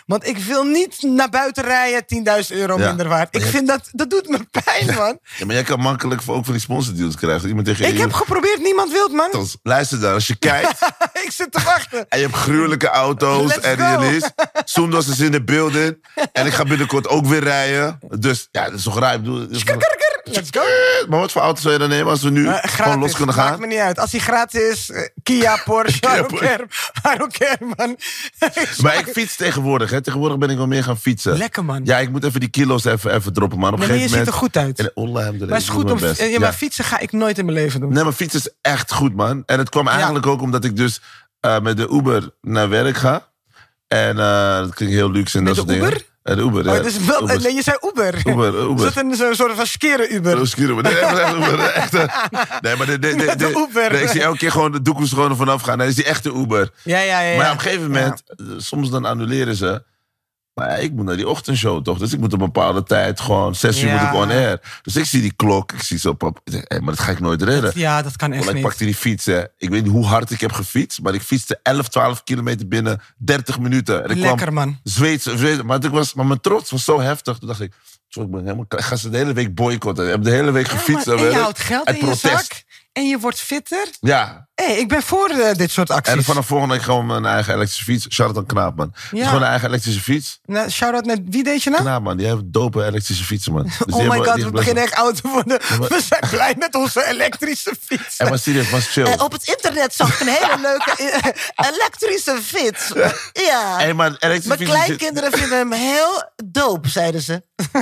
Want ik wil niet naar buiten rijden, tienduizend euro Ja. minder waard. Ik Maar vind dat, dat doet me pijn, man. Ja, maar jij kan makkelijk ook van die sponsordeals krijgen. Iemand tegen je, Ik heb geprobeerd, niemand wilt, man. Althans, luister dan, als je kijkt Ik zit te wachten. en je hebt gruwelijke auto's Let's en go. release. Soendos is in de building. En ik ga binnenkort ook weer rijden. Dus ja, dat is toch raar. Ik bedoel, Let's go. maar wat voor auto zou je dan nemen als we nu Uh, gewoon gratis, los kunnen maakt gaan? me niet uit. Als hij gratis is, uh, Kia, Porsche, I don't care. I don't care, man. Maar ik fiets tegenwoordig, hè. Tegenwoordig ben ik wel meer gaan fietsen. Lekker, man. Ja, ik moet even die kilo's even, even droppen, man. Op een Nee, maar je gegeven ziet er moment... goed uit. En, oh, alhamdulillah, Maar het is ik goed doe om... mijn best. Ja, maar Ja. fietsen ga ik nooit in mijn leven doen. Nee, maar fietsen is echt goed, man. En het kwam eigenlijk ook omdat ik dus uh, met de Uber naar werk ga. En uh, dat klinkt heel luxe en Met dat de soort Uber? dingen. Uh, de Uber, Oh, ja. dus wel, Uber. nee, je zei Uber. Uber, Uber. Is dat een zo'n soort van skere Uber? Oh, excuse me. Nee, echt, echt Uber. Echt, uh, nee, maar de, de, de, Met de de- Uber. nee, ik zie elke keer gewoon de doekoes gewoon er vanaf gaan. Dat is die echte Uber. Ja, ja, ja. ja. Maar ja, op een gegeven moment, uh, soms dan annuleren ze. Maar ja, ik moet naar die ochtendshow toch? Dus ik moet op een bepaalde tijd gewoon, zes uur Ja. moet ik on air. Dus ik zie die klok, ik zie zo, pap, ik zeg, hey, maar dat ga ik nooit redden. Ja, dat kan echt Want ik niet. pakte die fiets, hè. Ik weet niet hoe hard ik heb gefietst, maar ik fietste elf, twaalf kilometer binnen dertig minuten. En ik Lekker, kwam man. Zweedse, Zweedse, maar, ik was, maar mijn trots was zo heftig. Toen dacht ik, zo, ik ben helemaal, ik ga ze de hele week boycotten. Ik heb de hele week Ja, gefietst. man, naar en je werk. houdt geld Uit in je protest. zak. En je wordt fitter. Ja, Hé, hey, ik ben voor eh, dit soort acties. en vanaf volgende week gewoon mijn eigen elektrische fiets. Charlotte Knaap, man. Het is Ja. gewoon een eigen elektrische fiets. Nou, shout-out naar... Wie deed je nou? Knaap, man. Die heeft dope elektrische fietsen, man. Dus die Oh my hebben- god, die we heeft beginnen best- echt oud te worden. maar- We zijn blij met onze elektrische fiets. En maar serieus, was chill. Eh, op het internet zag ik een hele leuke eh, elektrische fiets. Ja. Hey, maar elektrische Mijn fietsen- kleinkinderen vinden hem heel dope, zeiden ze.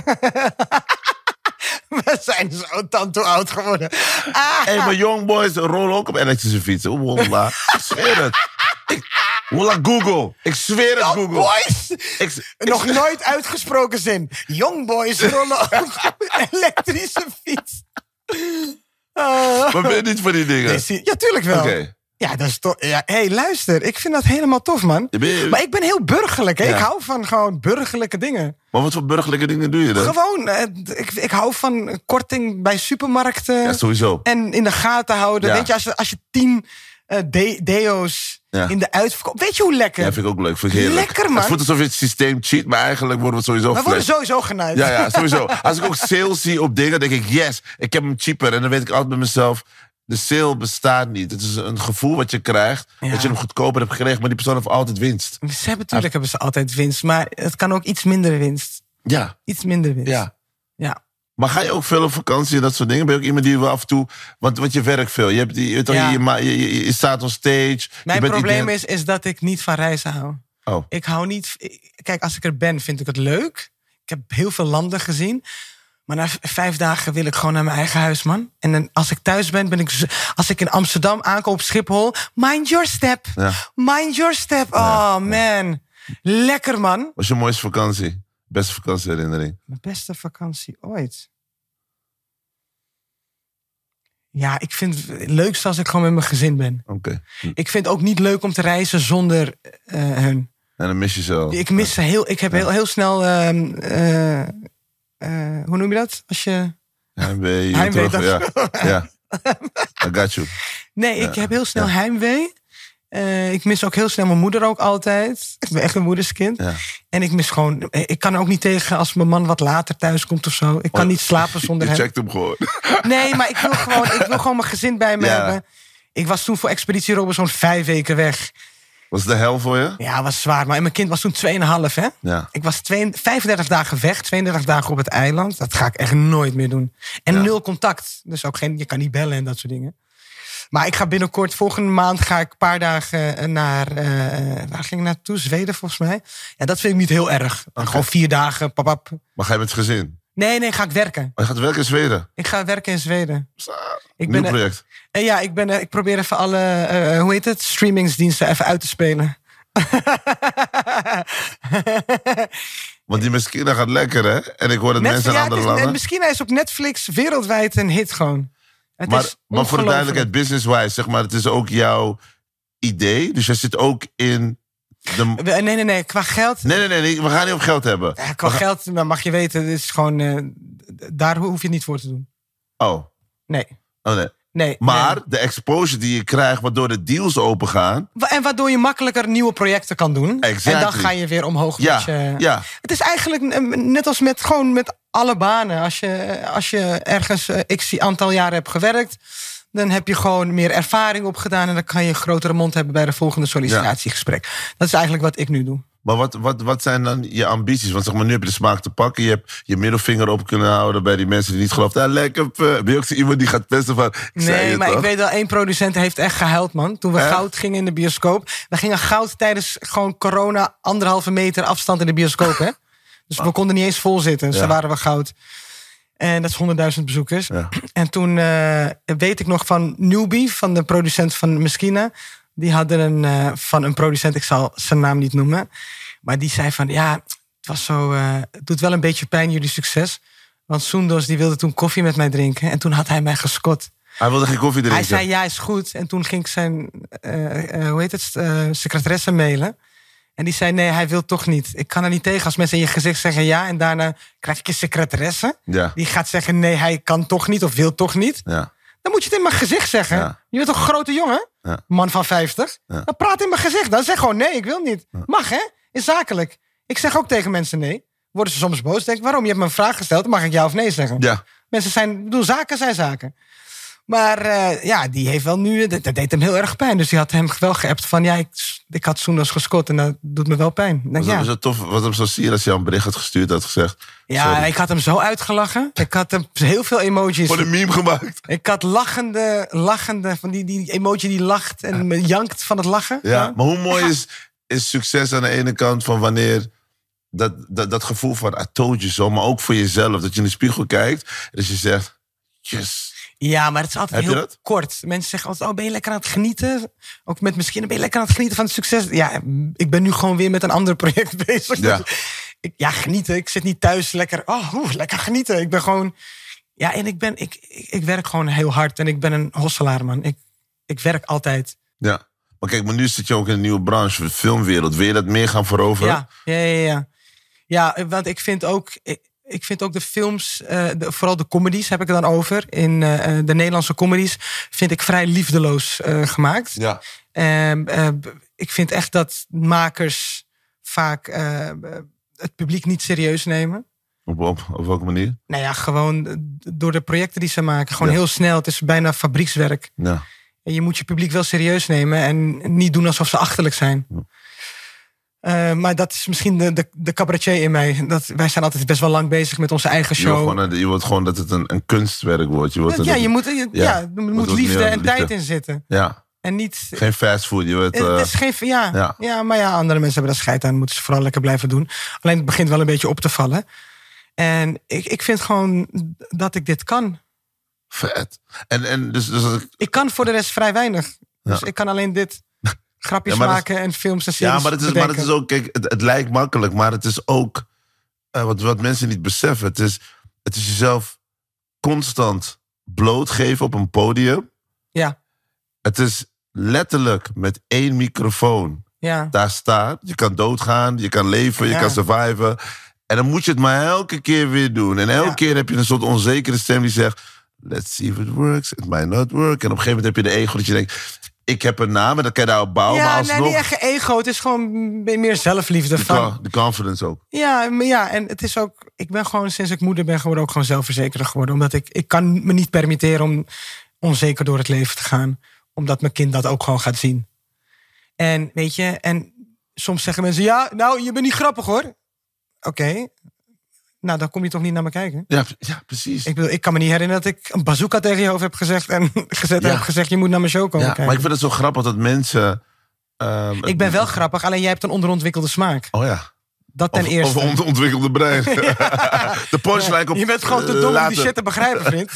We zijn zo tanto oud geworden. Ah. Hé, maar young boys rollen ook op elektrische fietsen. Wallah. Ik zweer het. Ik, wallah, Google. Ik zweer het, Young Google. boys! Ik, Nog nooit uitgesproken zin. Young boys rollen ook op een elektrische fiets. Ah. maar ben je niet van die dingen? Nee, zie- ja, tuurlijk wel. Oké. Ja, dat is toch. Ja, hey, luister, ik vind dat helemaal tof, man. Ja, ben je- Maar ik ben heel burgerlijk, hè? Ja. Ik hou van gewoon burgerlijke dingen. Maar wat voor burgerlijke dingen doe je dan? Gewoon, eh, ik, ik hou van korting bij supermarkten. Ja, sowieso. En in de gaten houden. Ja. Weet je, als, je- als je tien eh, de- deo's Ja. in de uitverkoop... Weet je hoe lekker? Ja, vind ik ook leuk. Vind ik heerlijk. Lekker, man. Het voelt alsof je het systeem cheat, maar eigenlijk worden we sowieso We worden flex. sowieso genaaid. Ja, ja, sowieso. Als ik ook sales zie op dingen, denk ik, yes, ik heb hem cheaper. En dan weet ik altijd bij mezelf, de sale bestaat niet. Het is een gevoel wat je krijgt, Ja. dat je hem goedkoper hebt gekregen, maar die persoon heeft altijd winst. Ze hebben, natuurlijk hebben ze altijd winst. Maar het kan ook iets minder winst. Ja, Iets minder winst. ja. Ja. Maar ga je ook veel op vakantie en dat soort dingen? Ben je ook iemand die wel af en toe... Want, want je werkt veel. Je, hebt die, je, weet toch, Ja. je, je, je, je- je staat on stage. Mijn je bent probleem iedereen- is, is dat ik niet van reizen hou. Oh, Ik hou niet... ik- Kijk, als ik er ben, vind ik het leuk. Ik heb heel veel landen gezien. Maar na v- vijf dagen wil ik gewoon naar mijn eigen huis, man. En dan, als ik thuis ben, ben ik... z- Als ik in Amsterdam aankom op Schiphol... Mind your step. Ja. Mind your step. Oh, man. Lekker, man. wat is je mooiste vakantie? Beste vakantieherinnering? Mijn beste vakantie ooit. Ja, ik vind het leukst als ik gewoon met mijn gezin ben. Oké. Ik vind het ook niet leuk om te reizen zonder eh, hun. En dan mis je zo. Ik mis ze heel... Ik heb heel, heel snel... ehm, eh, eh, hoe noem je dat? Als je... Heimwee. je Heimwee, terug- Ja, ja. I got you. Nee, ik heb heel snel heimwee. Eh, ik mis ook heel snel mijn moeder ook altijd. Ik ben echt een moederskind. Ja. En ik mis gewoon... Ik kan er ook niet tegen als mijn man wat later thuis komt of zo. Ik kan Oh, niet slapen zonder Je hem. checkt hem gewoon. Nee, maar ik wil gewoon, ik wil gewoon mijn gezin bij me Ja. hebben. Ik was toen voor Expeditie Robinson vijf weken weg. Was het de hel voor je? Ja, was zwaar. Maar mijn kind was toen tweeënhalf, hè? Ja. Ik was twee, vijfendertig dagen weg, tweeëndertig dagen op het eiland. Dat ga ik echt nooit meer doen. En Ja. nul contact. Dus ook geen, je kan niet bellen en dat soort dingen. Maar ik ga binnenkort, volgende maand ga ik een paar dagen naar... eh, waar ging ik naartoe? Zweden, volgens mij. Ja, dat vind ik niet heel erg. Gewoon vier dagen, papap. Maar ga je met het gezin? Nee, nee, ga ik werken. Oh, je gaat werken in Zweden? Ik ga werken in Zweden. Ik Nieuw ben, project. Eh, ja, ik, ben, eh, ik probeer even alle, eh, hoe heet het, streamingsdiensten even uit te spelen. Want die Meskina gaat lekker, hè? En ik hoor dat Net- mensen in ja, andere het is- landen... Misschien hij is op Netflix wereldwijd een hit gewoon. Het Maar, is maar voor de ongelooflijk. duidelijkheid, business-wise, zeg maar, het is ook jouw idee. Dus jij zit ook in de... We- Nee, nee, nee, qua geld... Nee, nee, nee, nee, we gaan niet op geld hebben. Ja, qua geld, nou, mag je weten, het is gewoon, eh, daar hoef je het niet voor te doen. Oh, Nee. oh nee. Nee, maar nee. de exposure die je krijgt, waardoor de deals opengaan. En waardoor je makkelijker nieuwe projecten kan doen. Exactly. En dan ga je weer omhoog Ja, met je... ja. Het is eigenlijk net als met, gewoon met alle banen. Als je, als je ergens uh, x aantal jaren hebt gewerkt, dan heb je gewoon meer ervaring opgedaan en dan kan je een grotere mond hebben bij de volgende sollicitatiegesprek. Dat is eigenlijk wat ik nu doe. Maar wat, wat, wat zijn dan je ambities? Want zeg maar, nu heb je de smaak te pakken. Je hebt je middelvinger op kunnen houden bij die mensen die niet geloven. Ja, lekker. Ben je ook zo iemand die gaat pesten van... Ik nee, zei het, maar toch? ik weet wel, één producent heeft echt gehuild, man. Toen we Echt? goud gingen in de bioscoop. We gingen goud tijdens gewoon corona anderhalve meter afstand in de bioscoop, hè. Dus we konden niet eens vol zitten. Dus Ja. dan waren we goud. En dat is honderdduizend bezoekers. Ja. En toen uh, weet ik nog van Newbie, van de producent van Meskina. Die hadden een, uh, van een producent, ik zal zijn naam niet noemen. Maar die zei van, ja, het was zo, uh, het doet wel een beetje pijn, jullie succes. Want Soendos, die wilde toen koffie met mij drinken. En toen had hij mij geskot. Hij wilde geen koffie drinken. Hij zei, ja, is goed. En toen ging ik zijn, uh, uh, hoe heet het, uh, secretaresse mailen. En die zei, nee, hij wil toch niet. Ik kan er niet tegen als mensen in je gezicht zeggen ja. En daarna krijg ik je secretaresse. Ja. Die gaat zeggen, nee, hij kan toch niet of wil toch niet. Ja. Dan moet je het in mijn gezicht zeggen. Ja. Je bent toch een grote jongen? Ja. Man van vijftig. Ja. Dan praat in mijn gezicht. Dan zeg gewoon, nee, ik wil niet. Ja. Mag, hè? Is zakelijk. Ik zeg ook tegen mensen nee. Worden ze soms boos. Denk ik, waarom? Je hebt me een vraag gesteld. Dan mag ik ja of nee zeggen. Ja. Mensen zijn, ik bedoel, zaken zijn zaken. Maar uh, ja, die heeft wel nu... Dat, dat deed hem heel erg pijn. Dus die had hem wel geappt van... Ja, ik, ik had Soendos geskot en dat doet me wel pijn. Dan, Was ja. het zo tof, was hem zo sier als je een bericht had gestuurd, had gezegd... ja, sorry. ik had hem zo uitgelachen. Ik had hem heel veel emojis. Voor een meme gemaakt. Ik had lachende, lachende... van die, die emoji die lacht en jankt van het lachen. Ja, maar hoe mooi is, is succes aan de ene kant van wanneer... Dat, dat, dat gevoel van, I told you so, maar ook voor jezelf. Dat je in de spiegel kijkt en dat je zegt, yes... Ja, maar het is altijd Heb je heel dat? kort. Mensen zeggen altijd, oh, ben je lekker aan het genieten? Ook met misschien ben je lekker aan het genieten van het succes. Ja, ik ben nu gewoon weer met een ander project bezig. Ja. Ik, ja, genieten. Ik zit niet thuis lekker, oh, oeh, lekker genieten. Ik ben gewoon, ja, en ik ben, ik, ik, ik werk gewoon heel hard. En ik ben een hosselaar, man. Ik, ik werk altijd. Ja, maar kijk, maar nu zit je ook in een nieuwe branche, de filmwereld. Wil je dat meer gaan veroveren? Ja, ja, ja, ja. Ja, want ik vind ook... Ik, Ik vind ook de films, uh, de, vooral de comedies heb ik er dan over. In uh, de Nederlandse comedies vind ik vrij liefdeloos uh, gemaakt. Ja. Uh, uh, ik vind echt dat makers vaak uh, het publiek niet serieus nemen. Op, op, op welke manier? Nou ja, gewoon door de projecten die ze maken. Gewoon Ja. heel snel. Het is bijna fabriekswerk. Ja. En je moet je publiek wel serieus nemen en niet doen alsof ze achterlijk zijn. Ja. Uh, maar dat is misschien de, de, de cabaretier in mij. Dat, wij zijn altijd best wel lang bezig met onze eigen Je wilt show. gewoon, je wilt gewoon dat het een, een kunstwerk wordt. Je wilt Ja, dat je het- moet, je, ja. ja, er Wordt moet ook liefde meer en liefde. tijd in zitten. Ja, En niet... geen fastfood. Je wilt, uh, Het is geen, ja, ja. ja. maar ja, andere mensen hebben daar scheid aan. Moeten ze vooral lekker blijven doen. Alleen het begint wel een beetje op te vallen. En ik, ik vind gewoon dat ik dit kan. vet. En, en dus, dus als ik, Ik kan voor de rest vrij weinig. Dus Ja. ik kan alleen dit. Grapjes Ja, maar dat is- maken en films en series ja, maar het is, maar het bedenken. is ook, kijk, het, het lijkt makkelijk, maar het is ook uh, wat, wat mensen niet beseffen. Het is, het is jezelf constant blootgeven op een podium. Ja, Het is letterlijk met één microfoon ja. daar staan. Je kan doodgaan, je kan leven, je Ja. kan surviven. En dan moet je het maar elke keer weer doen. En elke Ja. keer heb je een soort onzekere stem die zegt... Let's see if it works, it might not work. En op een gegeven moment heb je de ego dat je denkt... Ik heb een naam en dan kan je daarop bouwen. maar Ja, alsnog, nee, niet echt ego. Het is gewoon meer zelfliefde. de, Van, co- de confidence ook. ja, maar ja, en het is ook... Ik ben gewoon, sinds ik moeder ben geworden, ook gewoon zelfverzekerder geworden. Omdat ik, ik kan me niet permitteren om onzeker door het leven te gaan. Omdat mijn kind dat ook gewoon gaat zien. En weet je, en soms zeggen mensen... Ja, nou, je bent niet grappig hoor. Oké. Nou, dan kom je toch niet naar me kijken. Ja, ja precies. Ik bedoel, ik kan me niet herinneren dat ik een bazooka tegen je hoofd heb gezegd... en gezet Ja. heb gezegd, je moet naar mijn show komen ja, kijken. maar ik vind het zo grappig dat mensen... ehm, Ik ben wel grappig, alleen jij hebt een onderontwikkelde smaak. Oh ja. Dat ten Of, eerste. of een ontwikkelde brein. De punchline komt Je bent gewoon te dom om later. die shit te begrijpen, vriend.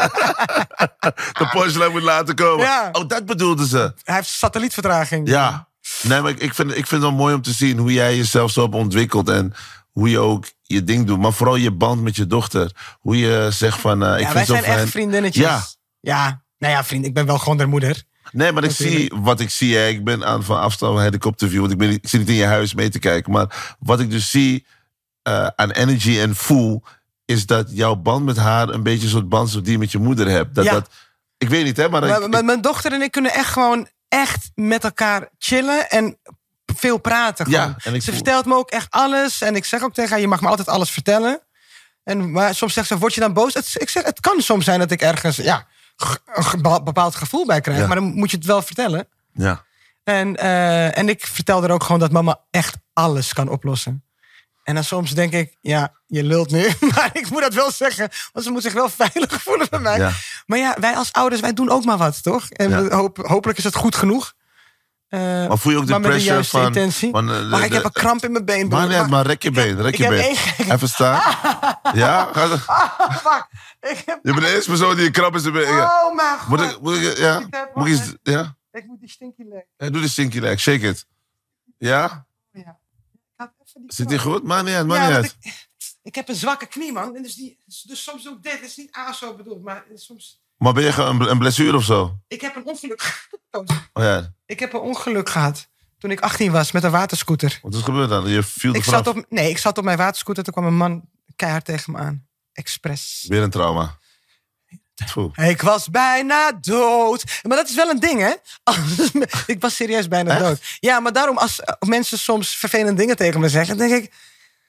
De punchline moet laten komen. Ja. Oh, dat bedoelden ze. Hij heeft satellietvertraging. Ja. Nee, maar ik, ik, vind, ik vind het wel mooi om te zien hoe jij jezelf zo hebt ontwikkeld. En hoe je ook je ding doet. Maar vooral je band met je dochter. Hoe je zegt van... Uh, ik Ja, vind wij zo zijn echt fijn- vriendinnetjes. Ja. Ja. Nou ja, vriend, ik ben wel gewoon haar moeder. Nee, maar ik zie wat ik zie. Hè. Ik ben aan van afstand helikopterview. Want ik, ben, niet- ik zit niet in je huis mee te kijken. Maar wat ik dus zie uh, aan energy en voel... is dat jouw band met haar een beetje een soort band is die je met je moeder hebt. Dat, Ja. dat, Ik weet niet, hè. Maar, maar, ik, maar ik, mijn dochter en ik kunnen echt gewoon echt met elkaar chillen en veel praten. Gewoon. Ja, en ik ze voel... vertelt me ook echt alles. En ik zeg ook tegen haar, je mag me altijd alles vertellen. En, maar soms zegt ze, word je dan boos? Het, ik zeg, het kan soms zijn dat ik ergens ja, een bepaald gevoel bij krijg. Ja. Maar dan moet je het wel vertellen. Ja. En, uh, en ik vertel er ook gewoon dat mama echt alles kan oplossen. En dan soms denk ik, ja, je lult nu. Maar ik moet dat wel zeggen, want ze moet zich wel veilig voelen bij mij. Ja. Maar ja, wij als ouders, wij doen ook maar wat, toch? En ja. we hoop, hopelijk is het goed genoeg. Uh, maar voel je ook de pressure van... intentie. van uh, maar ik de, heb een kramp in mijn been. Maar, nee, maar rek je been, rek je been. Één... Even staan. Ja? Ga er... ah, fuck. Ik heb... Je bent de eerste persoon die een kramp in zijn been... Oh mijn god. Moet ik, moet ik, ja? Ik heb... moet ik, ja? Ik moet die stinky leg. Ja, doe die stinky leg, shake it. Ja? Ja. Die Zit die goed? Maar niet uit, maar ja, niet uit. Ik, ik heb een zwakke knie, man. En dus, die, dus soms doe ik dit. Het is niet A zo bedoeld, maar soms... Maar ben je een, een blessure of zo? Ik heb een ongeluk. Oh ja. Ik heb een ongeluk gehad toen ik achttien was met een waterscooter. Wat is gebeurd dan? Je viel ik zat op, Nee, ik zat op mijn waterscooter. Toen kwam een man keihard tegen me aan. Expres. Weer een trauma. Oeh. Ik was bijna dood. Maar dat is wel een ding, hè? Ik was serieus bijna Echt? dood. Ja, maar daarom als mensen soms vervelende dingen tegen me zeggen... dan denk ik...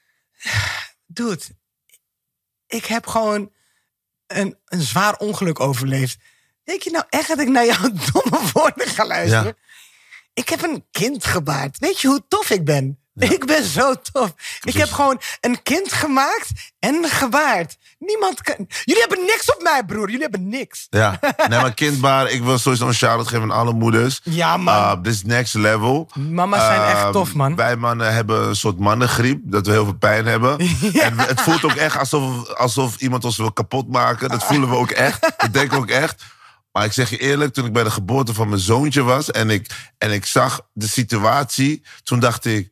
Dude, ik heb gewoon een, een zwaar ongeluk overleefd. Denk je nou echt dat ik naar jouw domme woorden ga luisteren? Ja. Ik heb een kind gebaard. Weet je hoe tof ik ben? Ja. Ik ben zo tof. Precies. Ik heb gewoon een kind gemaakt en gebaard. Niemand kan... Jullie hebben niks op mij, broer. Jullie hebben niks. Ja, nee, maar kindbaar. Ik wil sowieso een shout-out geven aan alle moeders. Ja, man. Uh, this is next level. Mama's zijn uh, echt tof, man. Wij mannen hebben een soort mannengriep. Dat we heel veel pijn hebben. Ja. En het voelt ook echt alsof, alsof iemand ons wil kapotmaken. Dat voelen we ook echt. Dat denken we ook echt. Maar ik zeg je eerlijk, toen ik bij de geboorte van mijn zoontje was... en ik, en ik zag de situatie, toen dacht ik...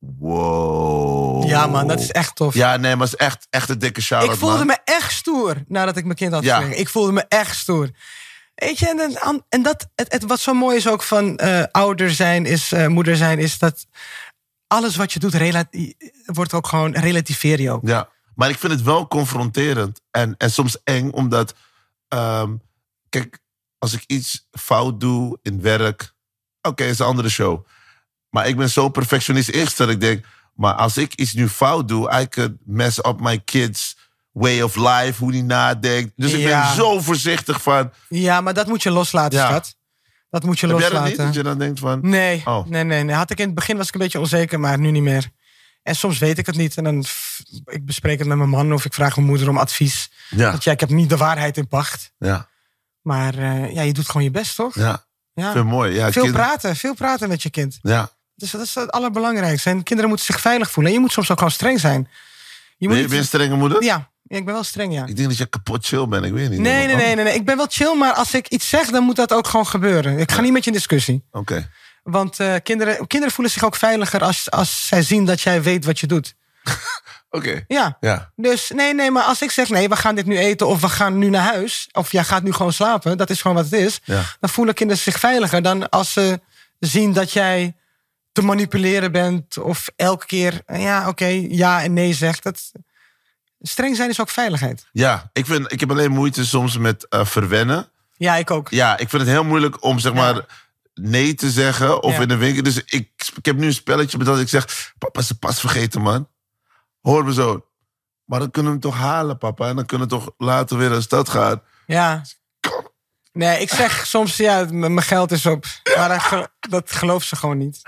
Wow. Ja, man, dat is echt tof. Ja, nee, maar het is echt, echt een dikke shout-out, Ik voelde man. me echt stoer nadat ik mijn kind had ja. gekregen. Ik voelde me echt stoer. Weet je, en, en dat, het, het, wat zo mooi is ook van uh, ouder zijn, is uh, moeder zijn... is dat alles wat je doet, relati- wordt ook gewoon relativeer je ook. Ja, maar ik vind het wel confronterend en, en soms eng, omdat... Um, kijk, als ik iets fout doe in werk... Oké, okay, is een andere show. Maar ik ben zo perfectionistisch dat ik denk... maar als ik iets nu fout doe... I could mess up my kids' way of life, hoe die nadenkt. Dus ik ja. ben zo voorzichtig van... Ja, maar dat moet je loslaten, ja. schat. Dat moet je Heb loslaten. Heb jij dat niet, dat je dan denkt van... Nee, oh. nee, nee, nee. Had ik in het begin was ik een beetje onzeker, maar nu niet meer. En soms weet ik het niet. En dan ik bespreek het met mijn man of ik vraag mijn moeder om advies. Ja. Want ja, ik heb niet de waarheid in pacht. Ja. Maar uh, ja, je doet gewoon je best, toch? Ja. Ja. Veel mooi. Ja, veel kind... praten, veel praten met je kind. Ja. Dus dat is het allerbelangrijkste. En kinderen moeten zich veilig voelen. En je moet soms ook gewoon streng zijn. Je ben, je, niet... ben je een strenge moeder? Ja, ja, ik ben wel streng, ja. Ik denk dat je kapot chill bent, ik weet niet. Nee, nee, nee, nee, nee. Ik ben wel chill, maar als ik iets zeg, dan moet dat ook gewoon gebeuren. Ik ga niet met je in discussie. Oké. Okay. Want uh, kinderen, kinderen voelen zich ook veiliger als, als zij zien dat jij weet wat je doet. Oké. Okay. Ja. ja. Dus nee, nee, maar als ik zeg nee, we gaan dit nu eten of we gaan nu naar huis. Of jij gaat nu gewoon slapen, dat is gewoon wat het is. Ja. Dan voelen kinderen zich veiliger dan als ze zien dat jij te manipuleren bent. Of elke keer ja, oké, okay, ja en nee zegt. Dat... Streng zijn is ook veiligheid. Ja, ik, vind, ik heb alleen moeite soms met uh, verwennen. Ja, ik ook. Ja, ik vind het heel moeilijk om zeg maar... Ja. nee te zeggen of ja. in de winkel. Dus ik, ik heb nu een spelletje met dat ik zeg... Papa is de pas vergeten, man. Hoor me zo. Maar dan kunnen we hem toch halen, papa. En dan kunnen we toch later weer naar de stad gaan. Ja. Kom. Nee, ik zeg soms, ja, mijn geld is op. Maar dat, ge- dat gelooft ze gewoon niet.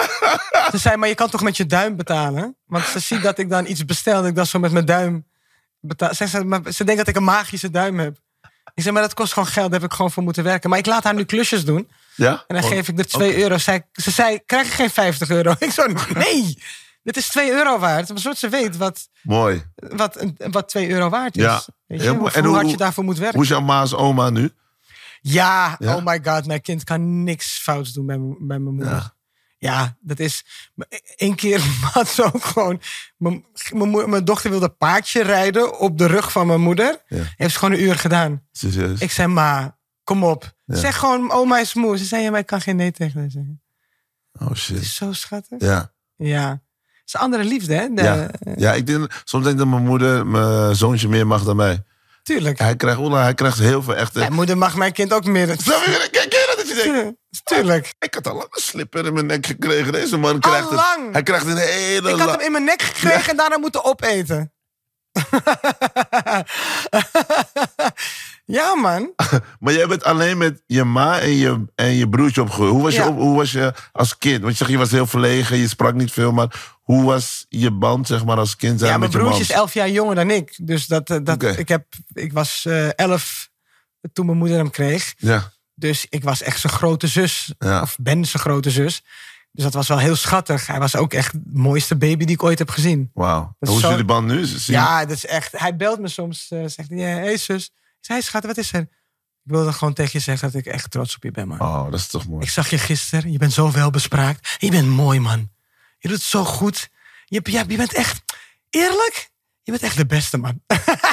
Ze zei, maar je kan toch met je duim betalen? Want ze ziet dat ik dan iets bestel... en ik dan zo met mijn duim betaal. Ze, ze, maar ze denkt dat ik een magische duim heb. Ik zeg, maar dat kost gewoon geld. Daar heb ik gewoon voor moeten werken. Maar ik laat haar nu klusjes doen. Ja? En dan geef ik er twee okay. euro. Zij, ze zei, krijg ik geen vijftig euro? Ik zo, nee, dit is twee euro waard. Zodat ze weet wat, mooi. wat, wat twee euro waard is. Ja. Weet je? Of en hoe hard je daarvoor moet werken. Hoe is jouw ma's oma nu? Ja, ja, oh my god. Mijn kind kan niks fouts doen bij, bij mijn moeder. Ja. Ja, dat is... Eén keer had ze ook gewoon... Mijn, mijn, mijn dochter wilde paardje rijden op de rug van mijn moeder. Ja. Heeft ze gewoon een uur gedaan. Serieus? Ik zei, ma, kom op. Ja. Zeg gewoon, oma is moe. Ze zei, ja, maar ik kan geen nee tegen haar zeggen. Oh shit. Het is zo schattig. Ja. Ja. Het is een andere liefde, hè? De, ja. ja, ik denk... Soms denk ik dat mijn moeder mijn zoontje meer mag dan mij. Tuurlijk. tuurlijk. Hij krijgt, oela, hij krijgt heel veel echte... Mijn moeder mag mijn kind ook meer... Snap je? Kijk, kijk dat je denkt... Tuurlijk. Ik had al lang een slipper in mijn nek gekregen. Deze man krijgt al het. lang. Hij krijgt een hele... Ik had la- hem in mijn nek gekregen en daarna moeten opeten. Ja, man. Maar jij bent alleen met je ma en je, en je broertje opgegroeid. Hoe was, Ja. je, op- hoe was je als kind? Want je zegt, je was heel verlegen, je sprak niet veel. Maar hoe was je band, zeg maar, als kind zijn Ja, met mijn je broertje mam? is elf jaar jonger dan ik. Dus dat, eh, dat, Oké. ik, heb, ik was eh, elf toen mijn moeder hem kreeg. Ja, Dus ik was echt zijn grote zus. Ja. Of ben zijn grote zus. Dus dat was wel heel schattig. Hij was ook echt de mooiste baby die ik ooit heb gezien. wauw. is Hoe is zo- jullie band nu? Zie je- Ja, dat is echt... Hij belt me soms. eh, zegt hij, hé hey, zus. Ik zei, hey, schat, wat is er? Ik wilde gewoon tegen je zeggen dat ik echt trots op je ben, man. Oh, dat is toch mooi. Ik zag je gisteren. Je bent zo welbespraakt. Je bent mooi, man. Je doet het zo goed. Je, ja, je bent echt... Eerlijk? Je bent echt de beste, man.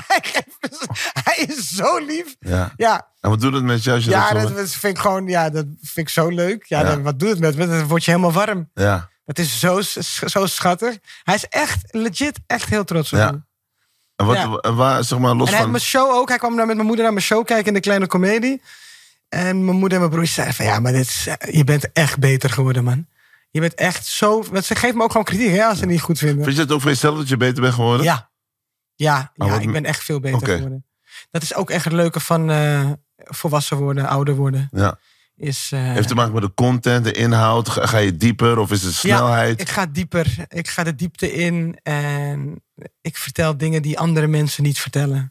Hij is zo lief. Ja. Ja, En wat doet het met je als je ja dat zo... dat, dat vind ik gewoon... Ja, dat vind ik zo leuk. Ja, Ja. dat- wat doet het met me? Dan word je helemaal warm. Ja. Dat is zo, zo schattig. Hij is echt, legit, echt heel trots op Ja. me. En wat, Ja. en waar, zeg maar, los En hij had van... mijn show ook. Hij kwam daar met mijn moeder naar mijn show kijken in de kleine komedie. En mijn moeder en mijn broer zeiden van... Ja, maar dit is, je bent echt beter geworden, man. Je bent echt zo... Want ze geven me ook gewoon kritiek, hè, als ze het niet goed vinden. Vind je het ook van jezelf dat je beter bent geworden? Ja. Ja, Maar ja wat- ik ben echt veel beter Oké. geworden. Dat is ook echt het leuke van eh, volwassen worden, ouder worden. Ja. Is, eh, Heeft te maken met de content, de inhoud? Ga, ga je dieper of is het snelheid? Ja, ik ga dieper. Ik ga de diepte in. En ik vertel dingen die andere mensen niet vertellen.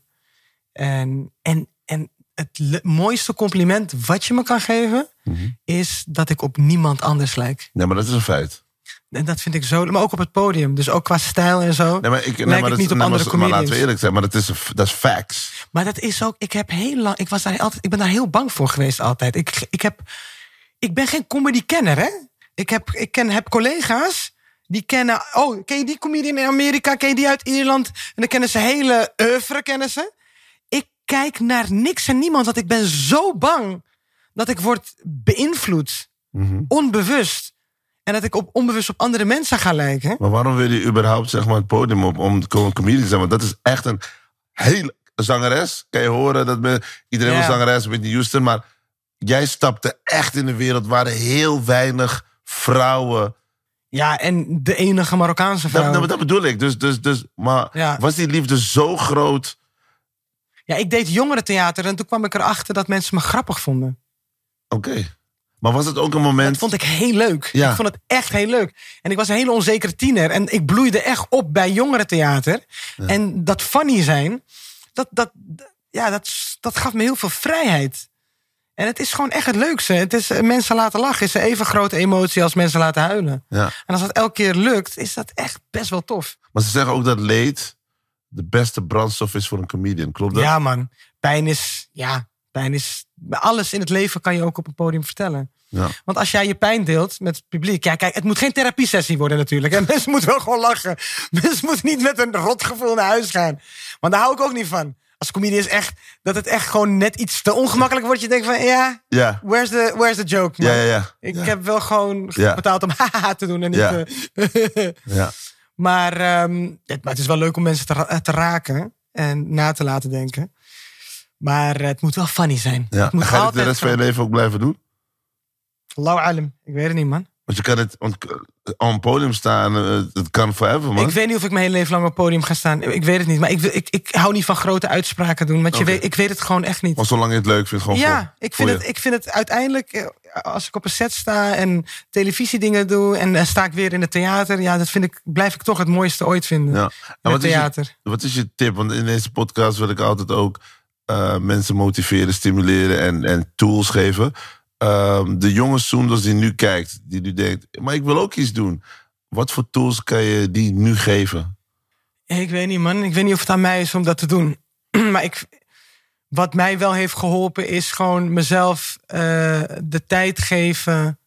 En, en, en het le- mooiste compliment wat je me kan geven... Mhm. is dat ik op niemand anders lijk. Nee, maar dat is een feit. En dat vind ik zo... Maar ook op het podium. Dus ook qua stijl en zo. Nee, maar ik, nee, lijk maar ik dat, niet op nee, andere maar, maar laten we comedians. eerlijk zijn, maar dat is, een- dat is facts. Maar dat is ook... Ik heb heel lang... Ik, was daar altijd, ik ben daar heel bang voor geweest altijd. Ik, ik, heb, ik ben geen comedy-kenner, hè? Ik, heb, ik ken, heb collega's die kennen... Oh, ken je die comedian in Amerika? Ken je die uit Ierland? En dan kennen ze hele oeuvre, kennen ze. Ik kijk naar niks en niemand, want ik ben zo bang dat ik word beïnvloed. Mhm. Onbewust. En dat ik op, onbewust op andere mensen ga lijken. Maar waarom wil je überhaupt zeg maar, het podium op om te comedian te zijn? Want dat is echt een hele zangeres. Kan je horen, dat ben, iedereen Ja. wil zangeres, Whitney Houston. Maar jij stapte echt in de wereld waar er heel weinig vrouwen... Ja, en de enige Marokkaanse vrouw. Dat, dat, dat bedoel ik. Dus, dus, dus, maar Ja. was die liefde zo groot? Ja, ik deed jongerentheater en toen kwam ik erachter dat mensen me grappig vonden. Oké. Maar was het ook een moment... Dat vond ik heel leuk. Ja. Ik vond het echt heel leuk. En ik was een hele onzekere tiener. En ik bloeide echt op bij jongerentheater. En dat funny zijn, dat, dat, ja, dat, dat gaf me heel veel vrijheid. En het is gewoon echt het leukste. Het is, eh, mensen laten lachen is een even grote emotie als mensen laten huilen. Ja. En als dat elke keer lukt, is dat echt best wel tof. Maar ze zeggen ook dat leed de beste brandstof is voor een comedian. Klopt dat? Ja, man. Pijn is, ja, pijn is... Alles in het leven kan je ook op een podium vertellen. Ja. Want als jij je pijn deelt met het publiek... Ja, kijk, het moet geen therapiesessie worden natuurlijk. En mensen moeten wel gewoon lachen. Mensen moeten niet met een rotgevoel naar huis gaan. Want daar hou ik ook niet van. Als comedian is echt... Dat het echt gewoon net iets te ongemakkelijk wordt. Je denkt van, ja, Ja. where's the, where's the joke, man? Ja, ja, ja. Ik Ja. heb wel gewoon Ja. betaald om haha te doen en niet... Ja. eh, Ja. maar, ehm, het, maar het is wel leuk om mensen te, ra- te raken. En na te laten denken. Maar eh, het moet wel funny zijn. Ja. Het moet Ga je het de altijd rest van je gewoon- leven ook blijven doen? Allahu alam. Ik weet het niet, man. Want je kan het want, eh, op een podium staan, eh, het kan forever, man. Ik weet niet of ik mijn hele leven lang op het podium ga staan. Ik weet het niet. Maar ik, wil- ik, ik hou niet van grote uitspraken doen. Want je Oké. weet, ik weet het gewoon echt niet. Maar zolang je het leuk vindt, gewoon Ja, voor- ik voor vind, je. het, ik vind het uiteindelijk... eh, Als ik op een set sta en televisiedingen doe... en dan sta ik weer in het theater... Ja, dat vind ik, blijf ik toch het mooiste ooit vinden. Ja. In En het wat, is je, theater. wat is je tip? Want in deze podcast wil ik altijd ook eh, mensen motiveren, stimuleren en, en tools geven. Ehm, de jonge Soendos die nu kijkt, die nu denkt, maar ik wil ook iets doen. Wat voor tools kan je die nu geven? Ik weet niet, man. Ik weet niet of het aan mij is om dat te doen. Maar ik, wat mij wel heeft geholpen is gewoon mezelf eh, de tijd geven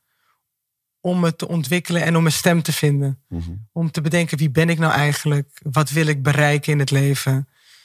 om me te ontwikkelen en om mijn stem te vinden. Mhm. Om te bedenken, wie ben ik nou eigenlijk? Wat wil ik bereiken in het leven?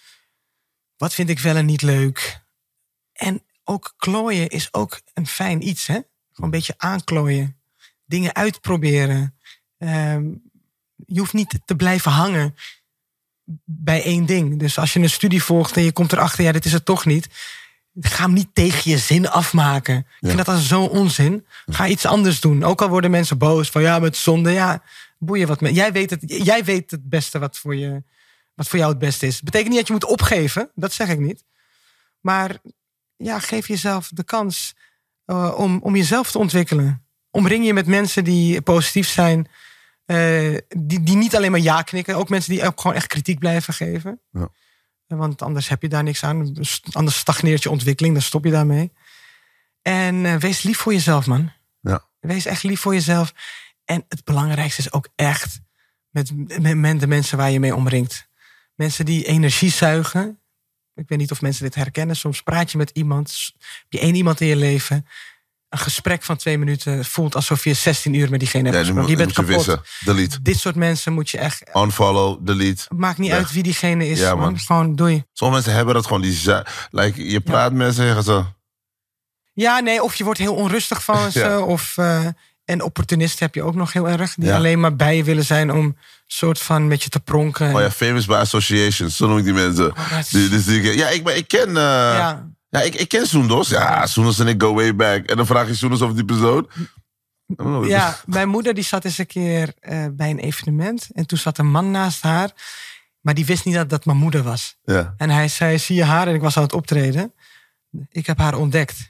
Wat vind ik wel en niet leuk? En ook klooien is ook een fijn iets, hè? Gewoon een beetje aanklooien. Dingen uitproberen. Ehm, je hoeft niet te blijven hangen bij één ding. Dus als je een studie volgt en je komt erachter, ja, dit is het toch niet. Ga hem niet tegen je zin afmaken. Ik Ja. vind dat als zo'n onzin. Ga iets anders doen. Ook al worden mensen boos van ja, met zonde. Ja, boeien wat met. Jij weet het, jij weet het beste wat voor, je, wat voor jou het beste is. Betekent niet dat je moet opgeven. Dat zeg ik niet. Maar ja, geef jezelf de kans uh, om, om jezelf te ontwikkelen. Omring je met mensen die positief zijn. Uh, die, die niet alleen maar ja knikken. Ook mensen die ook gewoon echt kritiek blijven geven. Ja. Want anders heb je daar niks aan. Anders stagneert je ontwikkeling. Dan stop je daarmee. En uh, wees lief voor jezelf, man. Ja. Wees echt lief voor jezelf. En het belangrijkste is ook echt met, met, met de mensen waar je mee omringt. Mensen die energie zuigen. Ik weet niet of mensen dit herkennen. Soms praat je met iemand. Heb je één iemand in je leven. Een gesprek van twee minuten voelt alsof je zestien uur met diegene hebt Ja, gesproken. moet, Je bent moet je kapot. wissen. Delete. Dit soort mensen moet je echt... Unfollow, delete. Maakt niet Weg. uit wie diegene is. Ja, man. man. Gewoon doei. Sommige mensen hebben dat gewoon. Die, za- like, je praat met mensen en zeggen zo. Ja, nee, of je wordt heel onrustig van ze. Ja. Of, uh, en opportunisten heb je ook nog heel erg. Die Ja. alleen maar bij je willen zijn om soort van met je te pronken. Oh ja, famous by association. Zo noem ik die mensen. Oh, dat is- Die, dus die, ja, ik, ben- ik ken... Uh, ja. ja. ik, ik ken Soendos. Ja, Soendos en ik go way back. En dan vraag je Soendos over die persoon. Ja, mijn moeder die zat eens een keer uh, bij een evenement. En toen zat een man naast haar. Maar die wist niet dat dat mijn moeder was. Ja. En hij zei, zie je haar? En ik was aan het optreden. Ik heb haar ontdekt.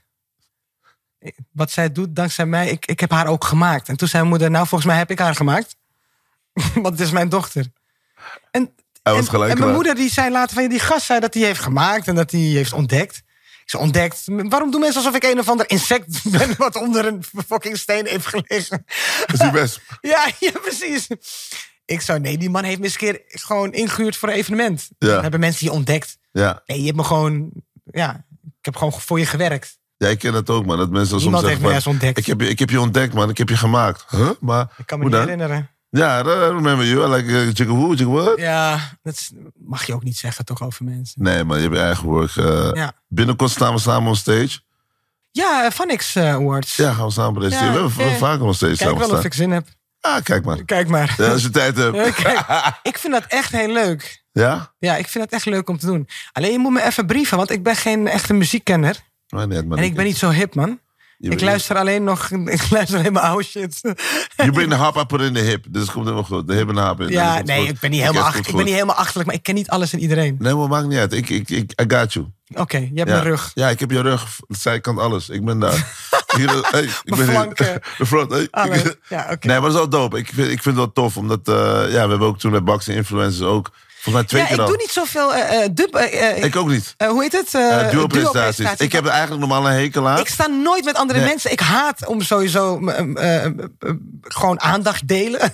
Wat zij doet, dankzij mij, ik, ik heb haar ook gemaakt. En toen zei mijn moeder, nou volgens mij heb ik haar gemaakt. Want het is mijn dochter. En, Hij was en, gelijk en mijn klaar. moeder die zei later van, ja, die gast zei dat hij heeft gemaakt. En dat hij heeft ontdekt. Ik zei, ontdekt? Waarom doen mensen alsof ik een of ander insect ben wat onder een fucking steen heeft gelegen? Dat is die best. Ja, ja, precies. Ik zou, nee, die man heeft me eens een keer gewoon ingehuurd voor een evenement. Ja. Dan hebben mensen die ontdekt. Ja. Nee, je hebt me gewoon, ja, ik heb gewoon voor je gewerkt. Ja, ik ken dat ook, man. Dat mensen soms Niemand zeggen heeft me van, eens ontdekt. Ik heb, je, ik heb je ontdekt, man. Ik heb je gemaakt. Huh? Maar, Ik kan me hoe niet dan? herinneren. Ja, I remember you. Like, uh, chicken who, chicken what? Ja, dat is- mag je ook niet zeggen toch over mensen. Nee, man. Je hebt je eigen work. Uh, Ja, Binnenkort staan we samen on stage. ja Phonics uh, Awards. Ja, gaan we samen presenteren. Ja, we hebben ja. vaak on stage Kijk samen wel staan. of ik zin heb. Ah, kijk maar. Kijk maar. Ja, als je tijd hebt. Ja, kijk, ik vind dat echt heel leuk. Ja? Ja, ik vind dat echt leuk om te doen. Alleen je moet me even brieven, want ik ben geen echte muziekkenner. Maar net, man. En ik ben niet zo hip, man. Je Ik bent- luister alleen nog, ik luister alleen maar oude shit. You bring the hop, I put in the hip. Dus het komt helemaal goed. De hip en de hop in. Ja, Dat komt nee, goed. ik ben niet Oké, helemaal, het ach, komt ik ben goed. niet helemaal achterlijk, maar ik ken niet alles en iedereen. Nee, maar maakt niet uit. Ik, ik, ik, I got you. Oké, je hebt Ja. mijn rug. Ja, ik heb je rug. De zijkant, alles. Ik ben daar. Hier, hey, ik Mijn ben hier. flanken. De front. Hey. Alles. Ja, oké. Nee, maar dat is wel dope. Ik vind, ik vind het wel tof. Omdat, uh, ja, we hebben ook toen bij Boxing Influencers ook... Volgens mij twee Ja, keer ik al. doe niet zoveel uh, uh, dub... uh, uh, Ik ook niet. uh, hoe heet het? Uh, Uh, duo-presentaties. duo-presentaties. Ik heb er eigenlijk normaal een hekel aan. Ik sta nooit met andere Nee. mensen. Ik haat om sowieso uh, uh, uh, uh, gewoon aandacht delen.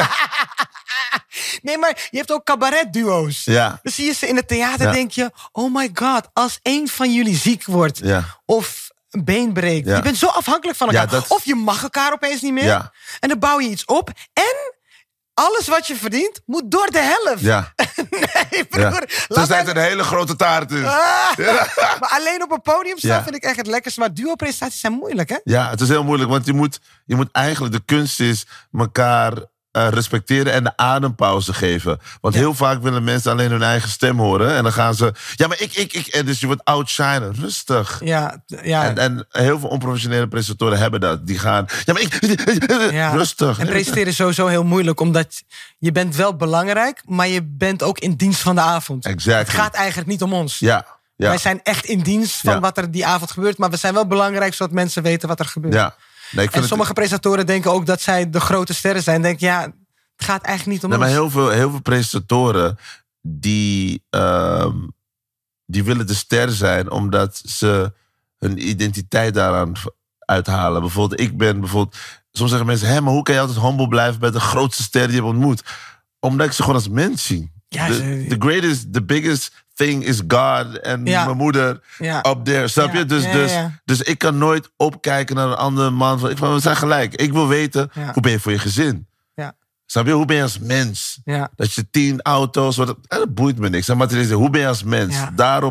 Nee, maar je hebt ook cabaretduo's. Ja. Dan zie je ze in het theater, Ja. denk je... Oh my god, als één van jullie ziek wordt... Ja. of een been breekt... Ja. Je bent zo afhankelijk van elkaar. Ja, dat- Of je mag elkaar opeens niet meer. Ja. En dan bouw je iets op. En alles wat je verdient, moet door de helft. Ja. Nee, broer. ja. laat Tenzij het even- een hele grote taart is. Ah, Maar alleen op een podium staan Ja. vind ik echt het lekkerste. Maar duo-presentaties zijn moeilijk, hè? Ja, het is heel moeilijk, want je moet, je moet eigenlijk... De kunst is elkaar uh, respecteren en de adempauze geven. Want Ja. heel vaak willen mensen alleen hun eigen stem horen. En dan gaan ze... Ja, maar ik, ik, ik... En dus je wordt outshinen. Rustig. Ja, ja. En, en heel veel onprofessionele presentatoren hebben dat. Die gaan... Ja, maar ik... ja. Rustig. En presenteren is sowieso heel moeilijk, omdat je bent wel belangrijk, maar je bent ook in dienst van de avond. Exactly. Het gaat eigenlijk niet om ons. Ja, ja. Wij zijn echt in dienst van Ja. wat er die avond gebeurt, maar we zijn wel belangrijk zodat mensen weten wat er gebeurt. Ja. Nee, ik vind En het- sommige presentatoren denken ook dat zij de grote sterren zijn. Denk ja, het gaat eigenlijk niet om Nee, ons. maar heel veel, heel veel presentatoren die, ehm, die willen de ster zijn omdat ze hun identiteit daaraan v- uithalen. Bijvoorbeeld, ik ben bijvoorbeeld... Soms zeggen mensen, hé, maar hoe kan je altijd humble blijven bij de grootste ster die je hebt ontmoet? Omdat ik ze gewoon als mens zie. Ja, the, ze- the greatest, the biggest thing is God en Ja. mijn moeder Ja. up there. Snap Ja, je? Dus, ja, dus, ja. dus ik kan nooit opkijken naar een andere man. Van, ik van, we zijn gelijk. Ik wil weten, Ja. hoe ben je voor je gezin? Ja. Snap je? Hoe ben je als mens? Ja. Dat je tien auto's... Wat, eh, dat boeit me niks. Hè? Maar ten eerste, hoe ben je als mens? Ja. Daarop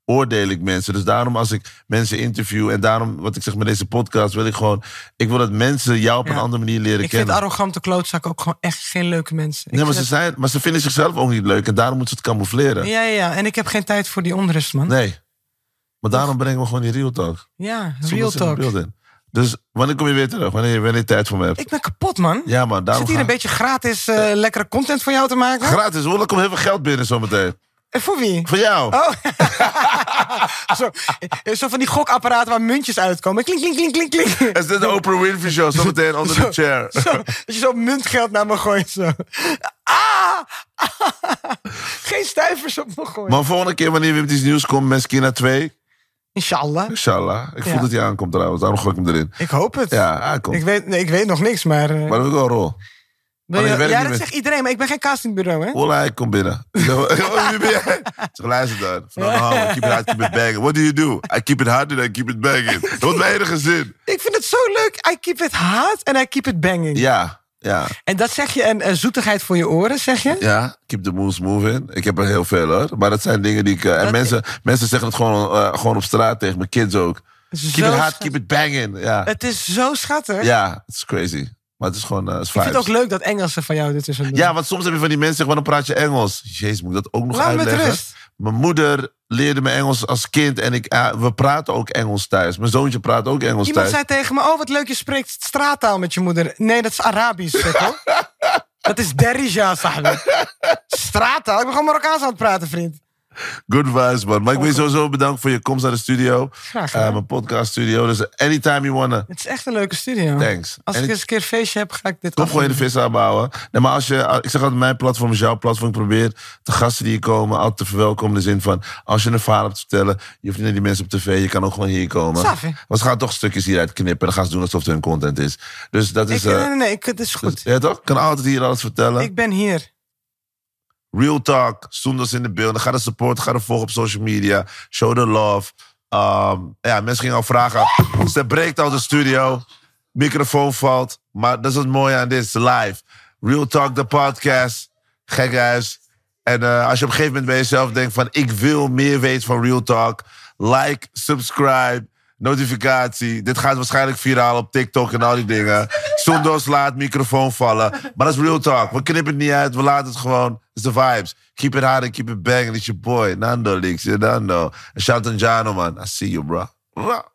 oordeel ik mensen. Dus daarom als ik mensen interview en daarom wat ik zeg met deze podcast wil ik gewoon... Ik wil dat mensen jou op Ja. een andere manier leren Ik kennen. vind arrogante klootzakken ook gewoon echt geen leuke mensen. Ik Nee, maar vind ze, zijn, maar ze vinden zichzelf ook niet leuk en daarom moeten ze het camoufleren. het- Ja, ja, ja. En ik heb geen tijd voor die onrust, man. Nee. Maar daarom brengen we gewoon die real talk. Ja, Zonder real zin in talk. beeld in. Dus wanneer kom je weer terug? Wanneer, wanneer je tijd voor me hebt? Ik ben kapot, man. Ja, man. Zit Daarom hier ga- een beetje gratis eh, lekkere content voor jou te maken? Gratis, hoor. Er komt heel veel geld binnen zometeen. En voor wie? Voor jou. Oh. zo, eh, zo van die gokapparaten waar muntjes uitkomen. Klink, klink, klink, klink, klink. Het is de Oprah Winfrey Show, zometeen onder de chair. Zo, dat je zo muntgeld naar me gooit. Zo. Ah! Geen stuivers op me gooien. Maar volgende keer wanneer we met iets nieuws komen, Meskina twee. Inshallah. Inshallah. Ik voel Ja. dat hij aankomt trouwens, daarom gooi ik hem erin. Ik hoop het. Ja, hij komt. Ik weet, nee, ik weet nog niks, maar... eh, Maar dat heb ik wel een rol. wil je- je werkt ja, niet dat met- zegt iedereen, maar ik ben geen castingbureau, hè? Ola, hij komt binnen. Ik zeg, oh, wie ben jij? Ik zeg, luister dan. Van, oh, keep it hard, keep it banging. What do you do? I keep it hard and I keep it banging. Dat wordt mijn enige zin. Ik vind het zo leuk. I keep it hard and I keep it banging. Ja, ja. En dat zeg je, en een zoetigheid voor je oren, zeg je? Ja, keep the moves moving. Ik heb er heel veel hoor. Maar dat zijn dingen die ik... uh, en Dat- mensen, mensen zeggen het gewoon, uh, gewoon op straat tegen mijn kids ook. Keep Zo it hard, schat- keep it banging. Ja, Het is zo schattig. ja, het is crazy. Maar het is gewoon uh, Ik vind het ook leuk dat Engelsen van jou dit tussen doen. Ja, want soms heb je van die mensen zeggen, waarom praat je Engels? Jezus, moet ik dat ook nog Laat me met uitleggen? rust. Mijn moeder leerde me Engels als kind en ik, uh, we praten ook Engels thuis. Mijn zoontje praat ook Engels Iemand thuis. zei tegen me, oh wat leuk, je spreekt straattaal met je moeder. Nee, dat is Arabisch, Sekko. Dat is Derija, sahabi. Straattaal? Ik ben gewoon Marokkaans aan het praten, vriend. Good vibes, man. Maar ik wil je sowieso bedanken voor je komst naar de studio. Graag gedaan. Uh, mijn podcast studio. Dus anytime you wanna. Het is echt een leuke studio. Thanks. Als En ik ik- eens een keer een feestje heb, ga ik dit Kom gewoon je de vis aanbouwen. Nee, maar als je, ik zeg altijd, mijn platform is jouw platform. Ik probeer de gasten die hier komen altijd te verwelkomen. In de zin van, als je een verhaal hebt te vertellen, je hoeft niet naar die mensen op tv, je kan ook gewoon hier komen. Safi. Want ze gaan toch stukjes hieruit knippen en dan gaan ze doen alsof het hun content is. Dus dat Ik, is... nee, eh, nee, nee, ik, het is goed. ja, toch? Ik kan altijd hier alles vertellen. Ik ben hier. Real Talk, Soendos in de beelden. Ga de support, ga de volgen op social media. Show the love. Um, ja, mensen gingen al vragen. Ze breekt uit de studio. Microfoon valt. Maar dat is het mooie aan dit. Live. Real Talk, de podcast. Gekhuis. En uh, als je op een gegeven moment bij jezelf denkt van... ik wil meer weten van Real Talk. Like, subscribe, notificatie. Dit gaat waarschijnlijk viraal op TikTok en al die dingen. Soendos laat microfoon vallen. Maar dat is Real Talk. We knippen het niet uit. We laten het gewoon. Dat is de vibes. Keep it hard and keep it banging. It's your boy, Nando Leaks. Nando. En shout out to Jano, man. I see you, bro.